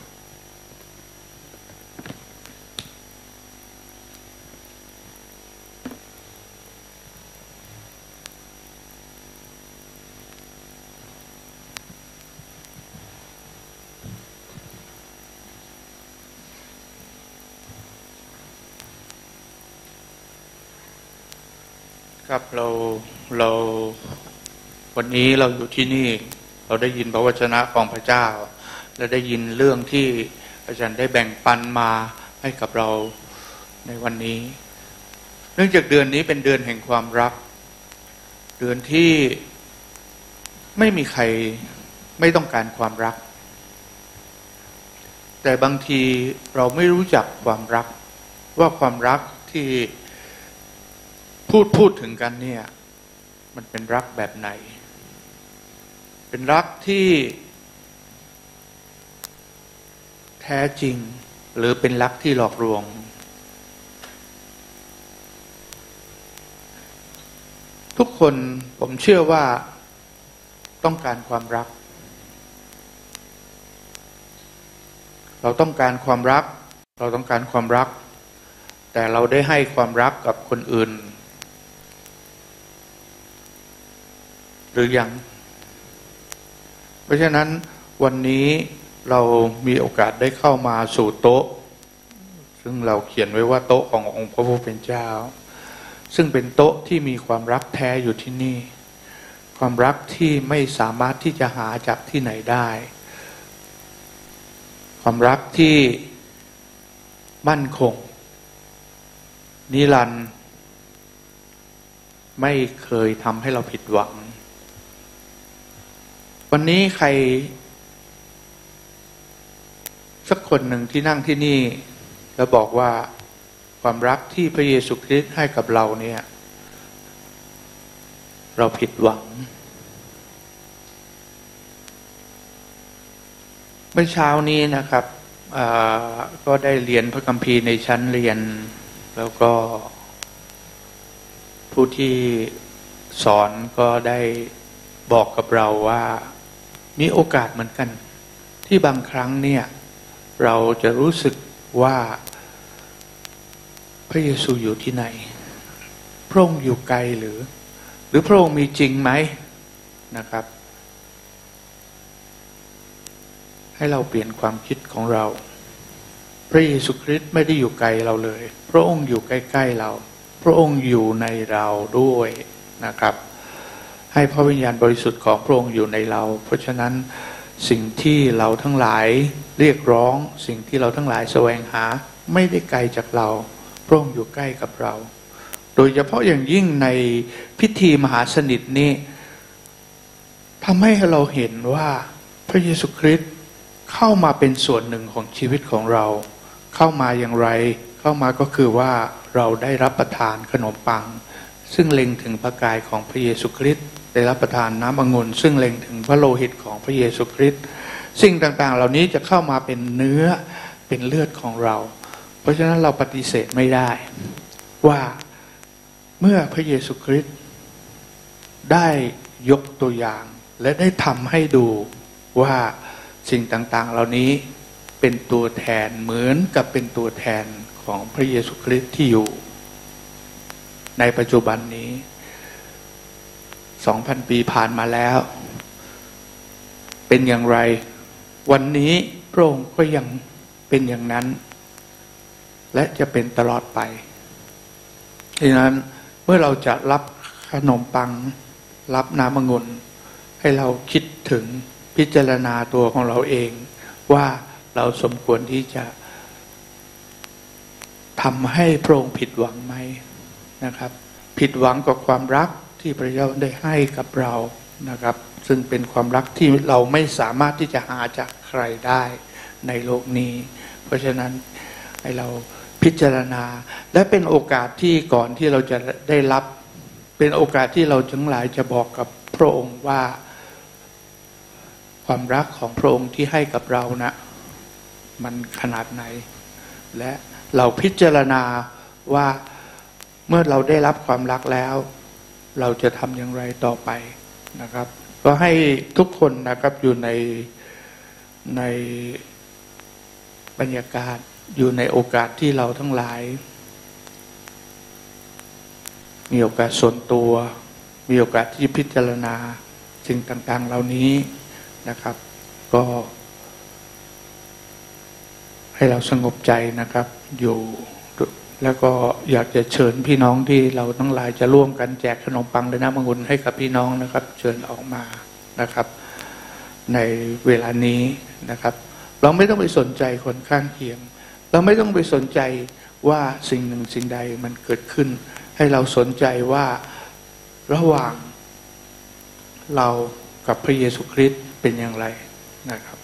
[SPEAKER 6] ครับเราเราวันนี้เราอยู่ที่นี่เราได้ยินพระวจนะของพระเจ้าและได้ยินเรื่องที่อาจารย์ได้แบ่งปันมาให้กับเราในวันนี้เนื่องจากเดือนนี้เป็นเดือนแห่งความรักเดือนที่ไม่มีใครไม่ต้องการความรักแต่บางทีเราไม่รู้จักความรักว่าความรักที่พูดพูดถึงกันเนี่ยมันเป็นรักแบบไหนเป็นรักที่แท้จริงหรือเป็นรักที่หลอกลวงทุกคนผมเชื่อว่าต้องการความรักเราต้องการความรักเราต้องการความรักแต่เราได้ให้ความรักกับคนอื่นหรือยังเพราะฉะนั้นวันนี้เรามีโอกาสได้เข้ามาสู่โต๊ะซึ่งเราเขียนไว้ว่าโต๊ะขององค์พระผู้เป็นเจ้าซึ่งเป็นโต๊ะที่มีความรักแท้อยู่ที่นี่ความรักที่ไม่สามารถที่จะหาจากที่ไหนได้ความรักที่มั่นคงนิรันดร์ไม่เคยทำให้เราผิดหวังวันนี้ใครสักคนหนึ่งที่นั่งที่นี่แล้วบอกว่าความรักที่พระเยซูคริสต์ให้กับเราเนี่ยเราผิดหวังเมื่อเช้านี้นะครับก็ได้เรียนพระคัมภีร์ในชั้นเรียนแล้วก็ผู้ที่สอนก็ได้บอกกับเราว่ามีโอกาสเหมือนกันที่บางครั้งเนี่ยเราจะรู้สึกว่าพระเยซูอยู่ที่ไหนพระองค์อยู่ไกลหรือหรือพระองค์มีจริงไหมนะครับให้เราเปลี่ยนความคิดของเราพระเยซูคริสต์ไม่ได้อยู่ไกลเราเลยพระองค์อยู่ใกล้ๆเราพระองค์อยู่ในเราด้วยนะครับให้พระวิญญาณบริสุทธิ์ของพระองค์อยู่ในเราเพราะฉะนั้นสิ่งที่เราทั้งหลายเรียกร้องสิ่งที่เราทั้งหลายแสวงหาไม่ได้ไกลจากเราพระองค์อยู่ใกล้กับเราโดยเฉพาะอย่างยิ่งในพิธีมหาสนิทนี้ทำให้เราเห็นว่าพระเยซูคริสต์เข้ามาเป็นส่วนหนึ่งของชีวิตของเราเข้ามาอย่างไรเข้ามาก็คือว่าเราได้รับประทานขนมปังซึ่งเล็งถึงพระกายของพระเยซูคริสต์ได้รับประทานน้ำองุ่นซึ่งเล็งถึงพระโลหิตของพระเยซูคริสต์สิ่งต่างๆเหล่านี้จะเข้ามาเป็นเนื้อเป็นเลือดของเราเพราะฉะนั้นเราปฏิเสธไม่ได้ว่าเมื่อพระเยซูคริสต์ได้ยกตัวอย่างและได้ทำให้ดูว่าสิ่งต่างๆเหล่านี้เป็นตัวแทนเหมือนกับเป็นตัวแทนของพระเยซูคริสต์ที่อยู่ในปัจจุบันนี้ สองพัน ปีผ่านมาแล้วเป็นอย่างไรวันนี้พระองค์ก็ยังเป็นอย่างนั้นและจะเป็นตลอดไปดังนั้นเมื่อเราจะรับขนมปังรับน้ำองุ่นให้เราคิดถึงพิจารณาตัวของเราเองว่าเราสมควรที่จะทำให้พระองค์ผิดหวังไหมนะครับผิดหวังกับความรักที่พระเจ้าได้ให้กับเรานะครับซึ่งเป็นความรักที่เราไม่สามารถที่จะหาจากใครได้ในโลกนี้เพราะฉะนั้นให้เราพิจารณาและเป็นโอกาสที่ก่อนที่เราจะได้รับเป็นโอกาสที่เราทั้งหลายจะบอกกับพระองค์ว่าความรักของพระองค์ที่ให้กับเรานะมันขนาดไหนและเราพิจารณาว่าเมื่อเราได้รับความรักแล้วเราจะทำอย่างไรต่อไปนะครับก็ให้ทุกคนนะครับอยู่ในในบรรยากาศอยู่ในโอกาสที่เราทั้งหลายมีโอกาสส่วนตัวมีโอกาสที่พิจารณาสิ่งต่างๆเหล่านี้นะครับก็ให้เราสงบใจนะครับอยู่แล้วก็อยากจะเชิญพี่น้องที่เราทั้งหลายจะร่วมกันแจกขนมปังและน้ำองุ่นให้กับพี่น้องนะครับเชิญออกมานะครับในเวลานี้นะครับเราไม่ต้องไปสนใจคนข้างเคียงเราไม่ต้องไปสนใจว่าสิ่งหนึ่งสิ่งใดมันเกิดขึ้นให้เราสนใจว่าระหว่างเรากับพระเยซูคริสต์เป็นอย่างไรนะครับ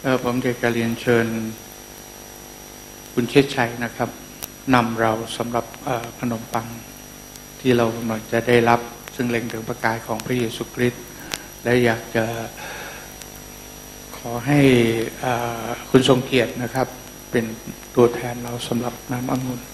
[SPEAKER 6] เออผมจะเรียนเชิญคุณเชษชัยนะครับนำเราสำหรับขนมปังที่เราหน่อยจะได้รับซึ่งเล็งถึงประกายของพระเยซูคริสต์และอยากจะขอให้คุณทรงเกียรตินะครับเป็นตัวแทนเราสำหรับน้ำองุ่น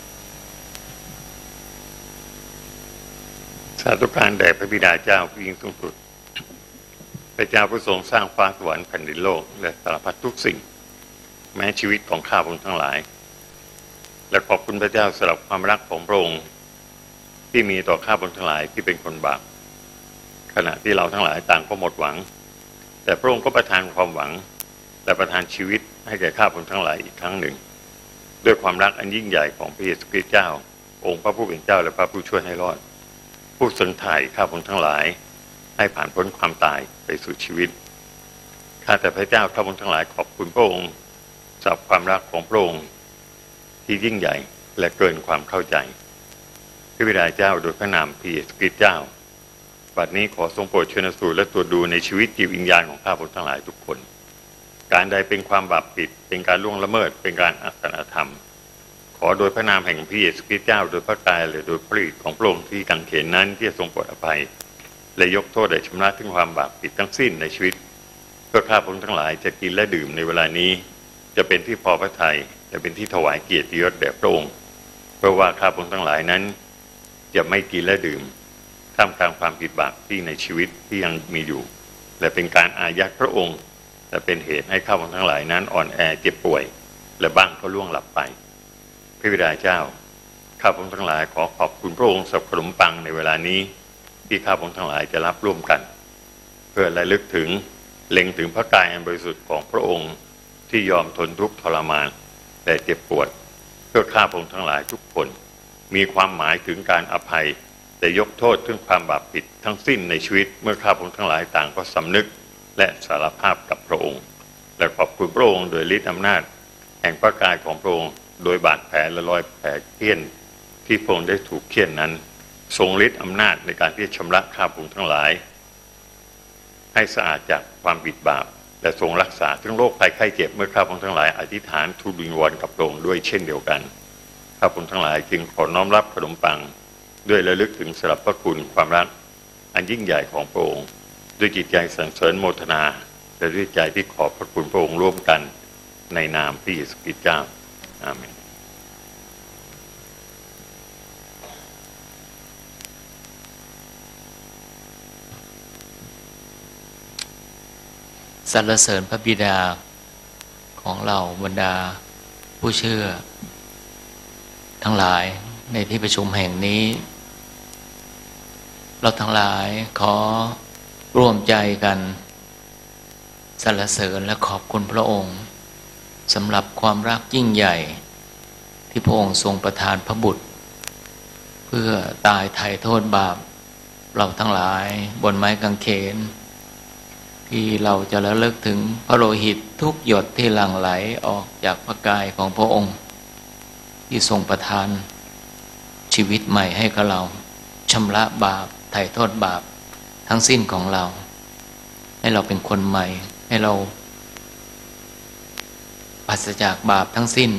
[SPEAKER 7] สาธุการแด่พระบิดาเจ้าผู้ยิ่งสูงสุดพระเจ้าผู้ทรงสร้างฟ้าสวรรค์แผ่นดินโลกและสารพัดทุกสิ่งแม้ชีวิตของข้าพเจ้าทั้งหลายและขอบคุณพระเจ้าสำหรับความรักของพระองค์ที่มีต่อข้าพเจ้าทั้งหลายที่เป็นคนบาปขณะที่เราทั้งหลายต่างก็หมดหวังแต่พระองค์ก็ประทานความหวังและประทานชีวิตให้แก่ข้าพเจ้าทั้งหลายอีกครั้งหนึ่งด้วยความรักอันยิ่งใหญ่ของพระเยซูคริสต์เจ้าองค์พระผู้เป็นเจ้าและพระผู้ช่วยให้รอดผู้ทรงไถ่ข้าพเจ้าทั้งหลายให้ผ่านพ้นความตายไปสู่ชีวิตข้าแต่พระเจ้าข้าพเจ้าทั้งหลายขอบคุณพระองค์สำหรับความรักของพระองค์ที่ยิ่งใหญ่และเกินความเข้าใจพระบิดาเจ้าโดยพระนามพระเยซูคริสต์เจ้าบัดนี้ขอทรงโปรดชันสูตรและตรวจดูในชีวิตจิตวิญญาณของข้าพเจ้าทั้งหลายทุกคนการใดเป็นความบาปผิดเป็นการล่วงละเมิดเป็นการอสันธรรมขอโดยพระนามแห่งพระเยซูคริสต์เจ้าโดยพระกายและโดยพระฤทธิ์ของพระองค์ที่กางเขนนั้นที่ทรงโปรดอภัยและยกโทษและชำระถึงความบาปผิดทั้งสิ้นในชีวิตเพื่อข้าพเจ้าทั้งหลายจะกินและดื่มในเวลานี้จะเป็นที่พอพระทัยจะเป็นที่ถวายเกียรติยศแด่พระองค์เพราะว่าข้าพเจ้าทั้งหลายนั้นจะไม่กินและดื่มท่ามกลางความผิดบาปที่ในชีวิตที่ยังมีอยู่และเป็นการอายัดพระองค์และเป็นเหตุให้ข้าพเจ้าทั้งหลายนั้นอ่อนแอเจ็บป่วยและบ้างก็ล่วงหลับไปพระบิดาเจ้าข้าพเจ้าทั้งหลายขอขอบคุณพระองค์สำหรับขนมปังในเวลานี้ที่ข้าพเจ้าทั้งหลายจะรับร่วมกันเพื่อระลึกถึงเล็งถึงพระกายอันบริสุทธิ์ของพระองค์ที่ยอมทนทุกข์ทรมานแต่เจ็บปวดเพื่อข้าพเจ้าทั้งหลายทุกคนมีความหมายถึงการอภัยแต่ยกโทษถึงความบาปผิดทั้งสิ้นในชีวิตเมื่อข้าพเจ้าทั้งหลายต่างก็สำนึกและสารภาพกับพระองค์และขอบคุณพระองค์โดยฤทธิ์อำนาจแห่งพระกายของพระองค์โดยบาดแผลและรอยแผลเคี้ยนที่พระองค์ได้ถูกเคี้ยนนั้นทรงฤทธิ์อำนาจในการที่ชำระข้าพเจ้าทั้งหลายให้สะอาดจากความผิดบาปและทรงรักษาทั้งโรคภัยไข้เจ็บเมื่อข้าพเจ้าทั้งหลายอธิษฐานทูลวิงวอนกับพระองค์ด้วยเช่นเดียวกันข้าพเจ้าทั้งหลายจึงขอน้อมรับขนมปังด้วยระลึกถึงสำหรับพระคุณความรักอันยิ่งใหญ่ของพระองค์ด้วยจิตใจสรรเสริญโมทนาและด้วยใจที่ขอบพระคุณพระองค์ร่วมกันในนามพระเยซูคริสต์เจ้าอาเมน
[SPEAKER 8] สรรเสริญพระบิดาของเราบรรดาผู้เชื่อทั้งหลายในที่ประชุมแห่งนี้เราทั้งหลายขอร่วมใจกันสรรเสริญและขอบคุณพระองค์สำหรับความรักยิ่งใหญ่ที่พระองค์ทรงประทานพระบุตรเพื่อตายไถ่โทษบาปเราทั้งหลายบนไม้กางเขนที่เราจะระลึกถึงพระโลหิตทุกหยดที่หลั่งไหลออกจากพระกายของพระองค์ที่ทรงประทานชีวิตใหม่ให้กับเราชำระบาปไถ่โทษบาปทั้งสิ้นของเราให้เราเป็นคนใหม่ให้เราปราศจากบาปทั้งสิ้น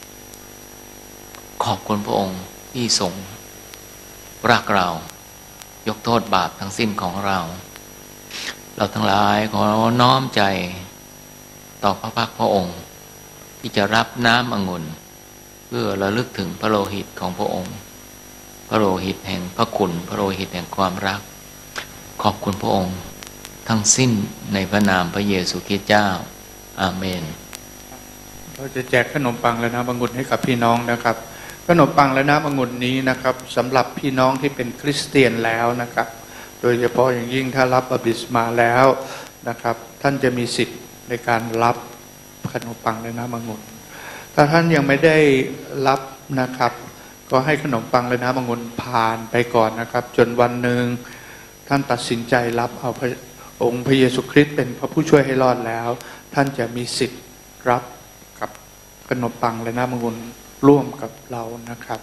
[SPEAKER 8] ขอบคุณพระองค์ที่ทรงรักเรายกโทษบาปทั้งสิ้นของเราเราทั้งหลายขอน้อมใจต่อพระพักพระองค์ที่จะรับน้ำองุ่นเพื่อระลึกถึงพระโลหิตของพระองค์พระโลหิตแห่งพระคุณพระโลหิตแห่งความรักขอบคุณพระองค์ทั้งสิ้นในพระนามพระเยซูคริสต์เจ้าอาเมน
[SPEAKER 6] เราจะแจกขนมปังและน้ำองุ่นให้กับพี่น้องนะครับขนมปังและน้ำองุ่นนี้นะครับสำหรับพี่น้องที่เป็นคริสเตียนแล้วนะครับโดยเฉพาะอย่างยิ่งถ้ารับบัพติศมาแล้วนะครับท่านจะมีสิทธิ์ในการรับขนมปังและน้ำองุ่นถ้าท่านยังไม่ได้รับนะครับก็ให้ขนมปังและน้ำองุ่นผ่านไปก่อนนะครับจนวันหนึ่งท่านตัดสินใจรับเอาพระองค์พระเยซูคริสต์เป็นพระผู้ช่วยให้รอดแล้วท่านจะมีสิทธิ์รับกับขนมปังและน้ำองุ่นร่วมกับเรานะครับ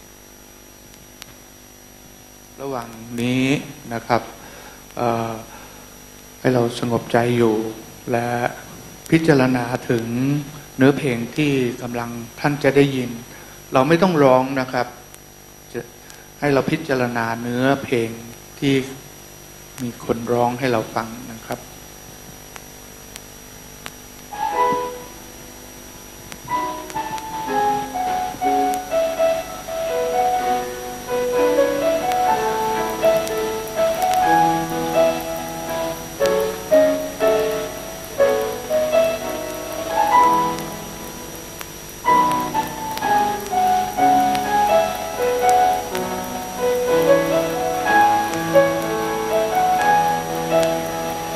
[SPEAKER 6] ระหว่างนี้นะครับให้เราสงบใจอยู่และพิจารณาถึงเนื้อเพลงที่กำลังท่านจะได้ยิน เราไม่ต้องร้องนะครับจะให้เราพิจารณาเนื้อเพลงที่มีคนร้องให้เราฟังนะครับ
[SPEAKER 4] ข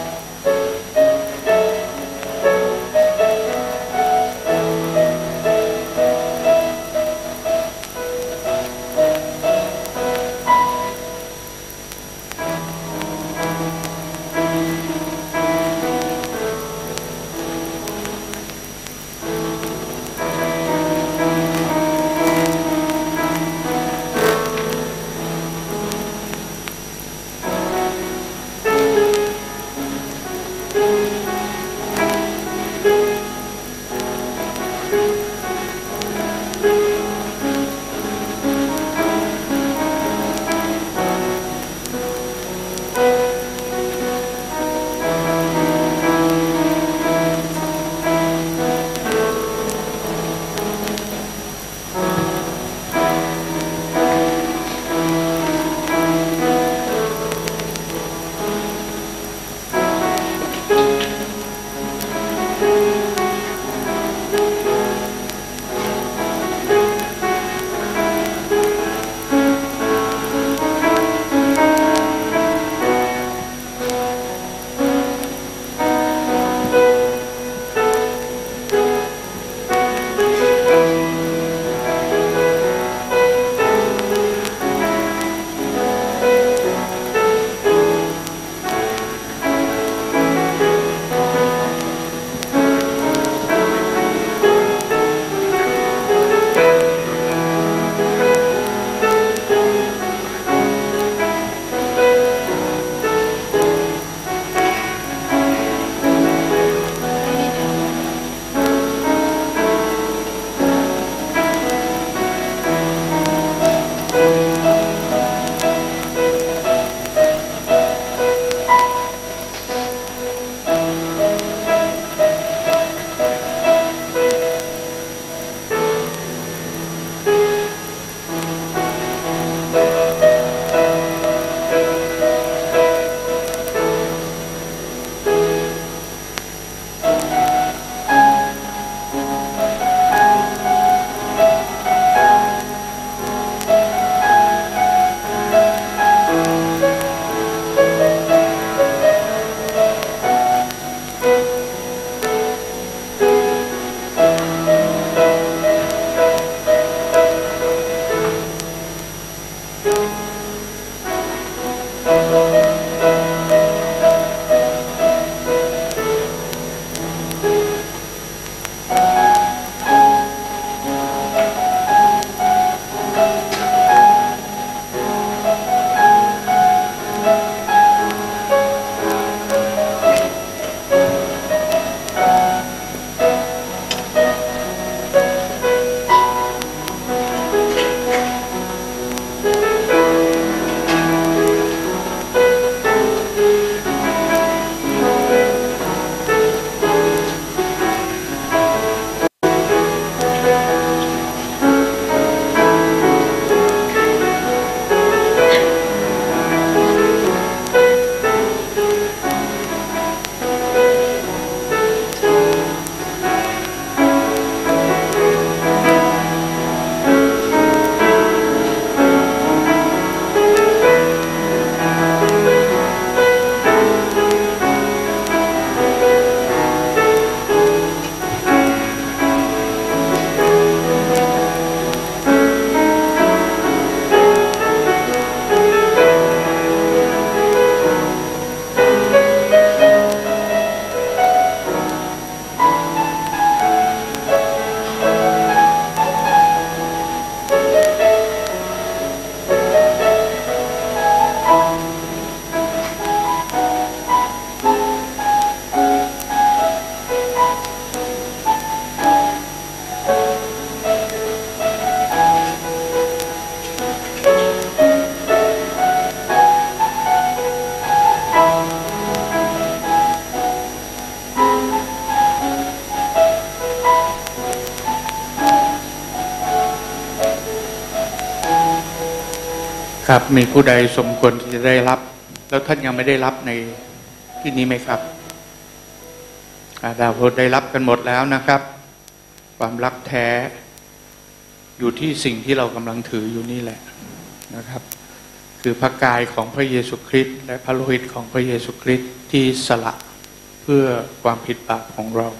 [SPEAKER 6] ครับมีผู้ใดสมควรที่จะได้รับแล้วท่านยังไม่ได้รับในที่นี้ไหมครับดาวพุธได้รับกันหมดแล้วนะครับความรักแท้อยู่ที่สิ่งที่เรากำลังถืออยู่นี่แหละนะครับคือพระกายของพระเยซูคริสต์และพระโลหิตของพระเยซูคริสต์ที่สละเพื่อความผิดบาปของเรา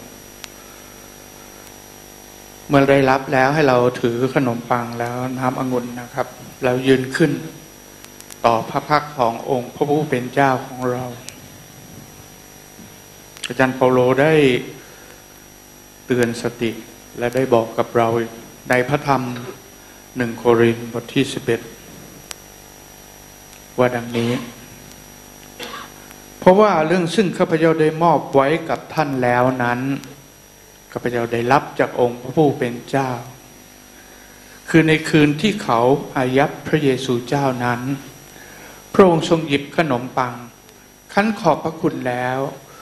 [SPEAKER 6] เมื่อได้รับแล้วให้เราถือขนมปังแล้วน้ำองุ่นนะครับแล้วยืนขึ้นต่อพระพักตร์ขององค์พระผู้เป็นเจ้าของเราอาจารย์เปาโลได้เตือนสติและได้บอกกับเราในพระธรรมหนึ่งโครินธ์บทที่สิบเอ็ดว่าดังนี้เพราะว่าเรื่องซึ่งข้าพเจ้าได้มอบไว้กับท่านแล้วนั้นข้าพเจ้าได้รับจากองค์พระผู้เป็นเจ้าคือในคืนที่เขาอายัดพระเยซูเจ้านั้นพระองค์ทรงหยิบขนมปังคั้นขอบพระคุณแล้ว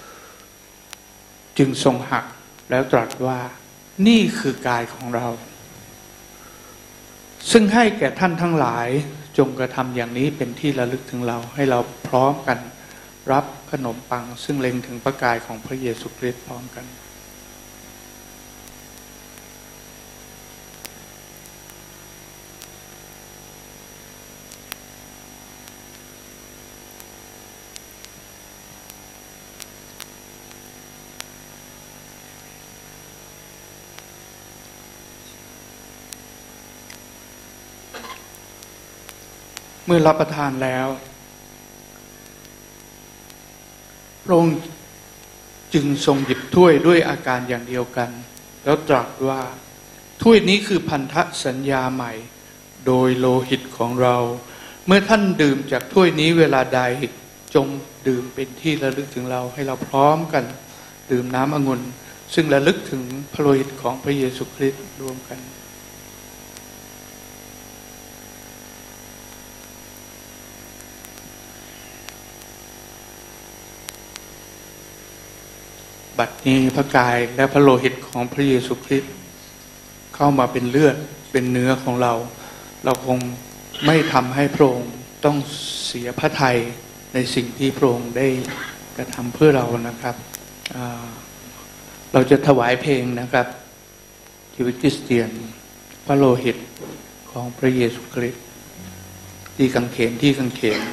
[SPEAKER 6] จึงทรงหักแล้วตรัสว่านี่คือกายของเราซึ่งให้แก่ท่านทั้งหลายจงกระทำอย่างนี้เป็นที่ระลึกถึงเราให้เราพร้อมกันรับขนมปังซึ่งเล็งถึงพระกายของพระเยซูคริสต์พร้อมกันเมื่อรับประทานแล้วพระองค์จึงทรงหยิบถ้วยด้วยอาการอย่างเดียวกันแล้วตรัสว่าถ้วยนี้คือพันธสัญญาใหม่โดยโลหิตของเราเมื่อท่านดื่มจากถ้วยนี้เวลาใดจงดื่มเป็นที่ระลึกถึงเราให้เราพร้อมกันดื่มน้ำองุ่นซึ่งระลึกถึงพระโลหิตของพระเยซูคริสต์รวมกันบัดนี้พระกายและพระโลหิตของพระเยซูคริสต์เข้ามาเป็นเลือดเป็นเนื้อของเราเราคงไม่ทำให้พระองค์ต้องเสียพระทัยในสิ่งที่พระองค์ได้กระทำเพื่อเรานะครับเราจะถวายเพลงนะครับชีวิตคริสเตียนพระโลหิตของพระเยซูคริสต์ที่กางเขนที่กางเขน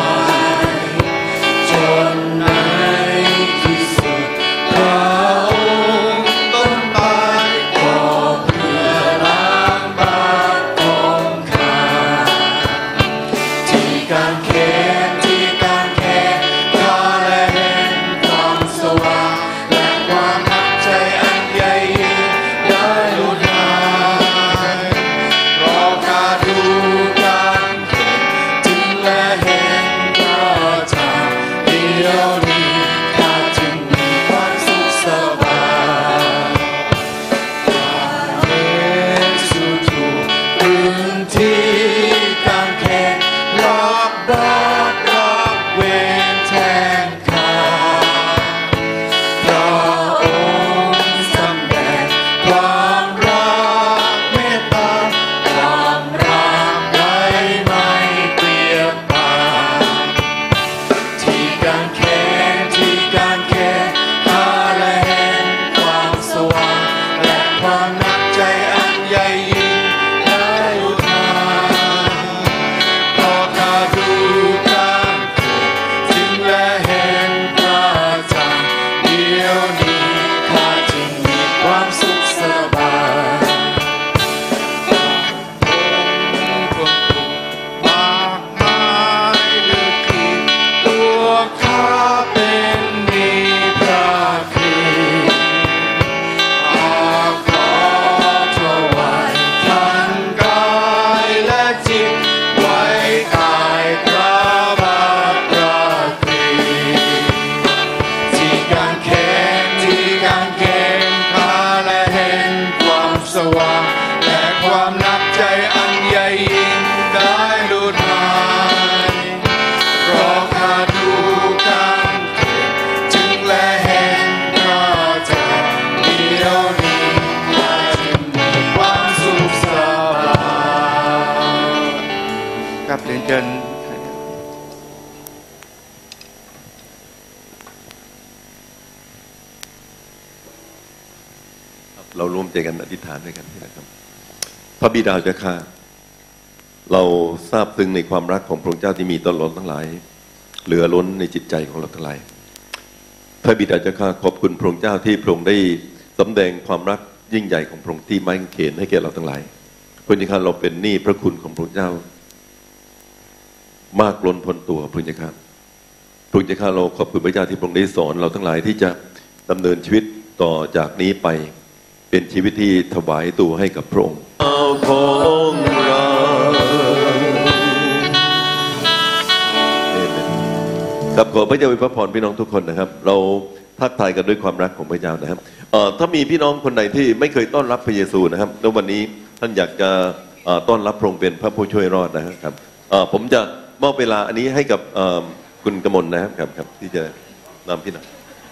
[SPEAKER 6] พยิ่งได้หลุดหายเพราะข้าดูการเกิดจึงและเห็นพระเจ้าเดียวนี้และจึงมีความสุขสบายครับเรียนเชิญ
[SPEAKER 5] เราร่วมใจกันอธิษฐานด้วยกันนะครับพระบิดาเจ้าข้าเราทราบซึ้งในความรักของพระองค์เจ้าที่มีต่อเราทั้งหลายเหลือล้นในจิตใจของเราทั้งหลายพระบิดาเจ้าข้าขอบคุณพระองค์เจ้าที่พระองค์ได้สำแดงความรักยิ่งใหญ่ของพระองค์ที่ไม้กางเขนให้แก่เราทั้งหลายพระเจ้าข้าเราเป็นหนี้พระคุณของพระองค์เจ้ามากล้นพ้นตัวพระเจ้าข้าพระเจ้าข้าเราขอบคุณพระเจ้าที่พระองค์ได้สอนเราทั้งหลายที่จะดำเนินชีวิตต่อจากนี้ไปเป็นชีวิตที่ถวายตัวให้กับพระองค์เอาของเราครับขอพระเจ้าอวยพรพี่น้องทุกคนนะครับเราทักทายกันด้วยความรักของพระเจ้านะครับถ้ามีพี่น้องคนใดที่ไม่เคยต้อนรับพระเยซูนะครับแล้ววันนี้ท่านอยากจะต้อนรับพระองค์เป็นพระผู้ช่วยรอดนะครับผมจะมอบเวลาอันนี้ให้กับคุณกมลนะครับครับที่จะนำพี่น้อง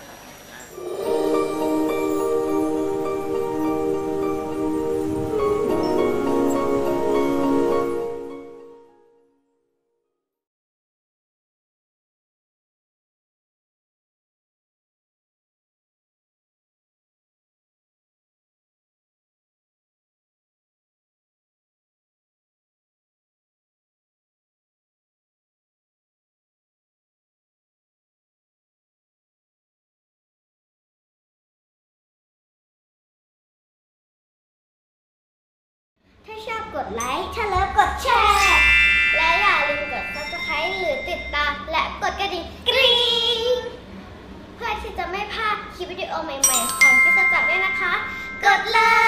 [SPEAKER 9] ถ้าชอบกดไลค์ถ้าเลิฟกดแชร์ และอย่าลืมกด ซับสไครบ์ หรือติดตามและกดกระดิ่งกรี๊งเพื่อที่จะไม่พลาดคลิปวิดีโอใหม่ๆของคริสตจักรด้วยนะคะ กดเลย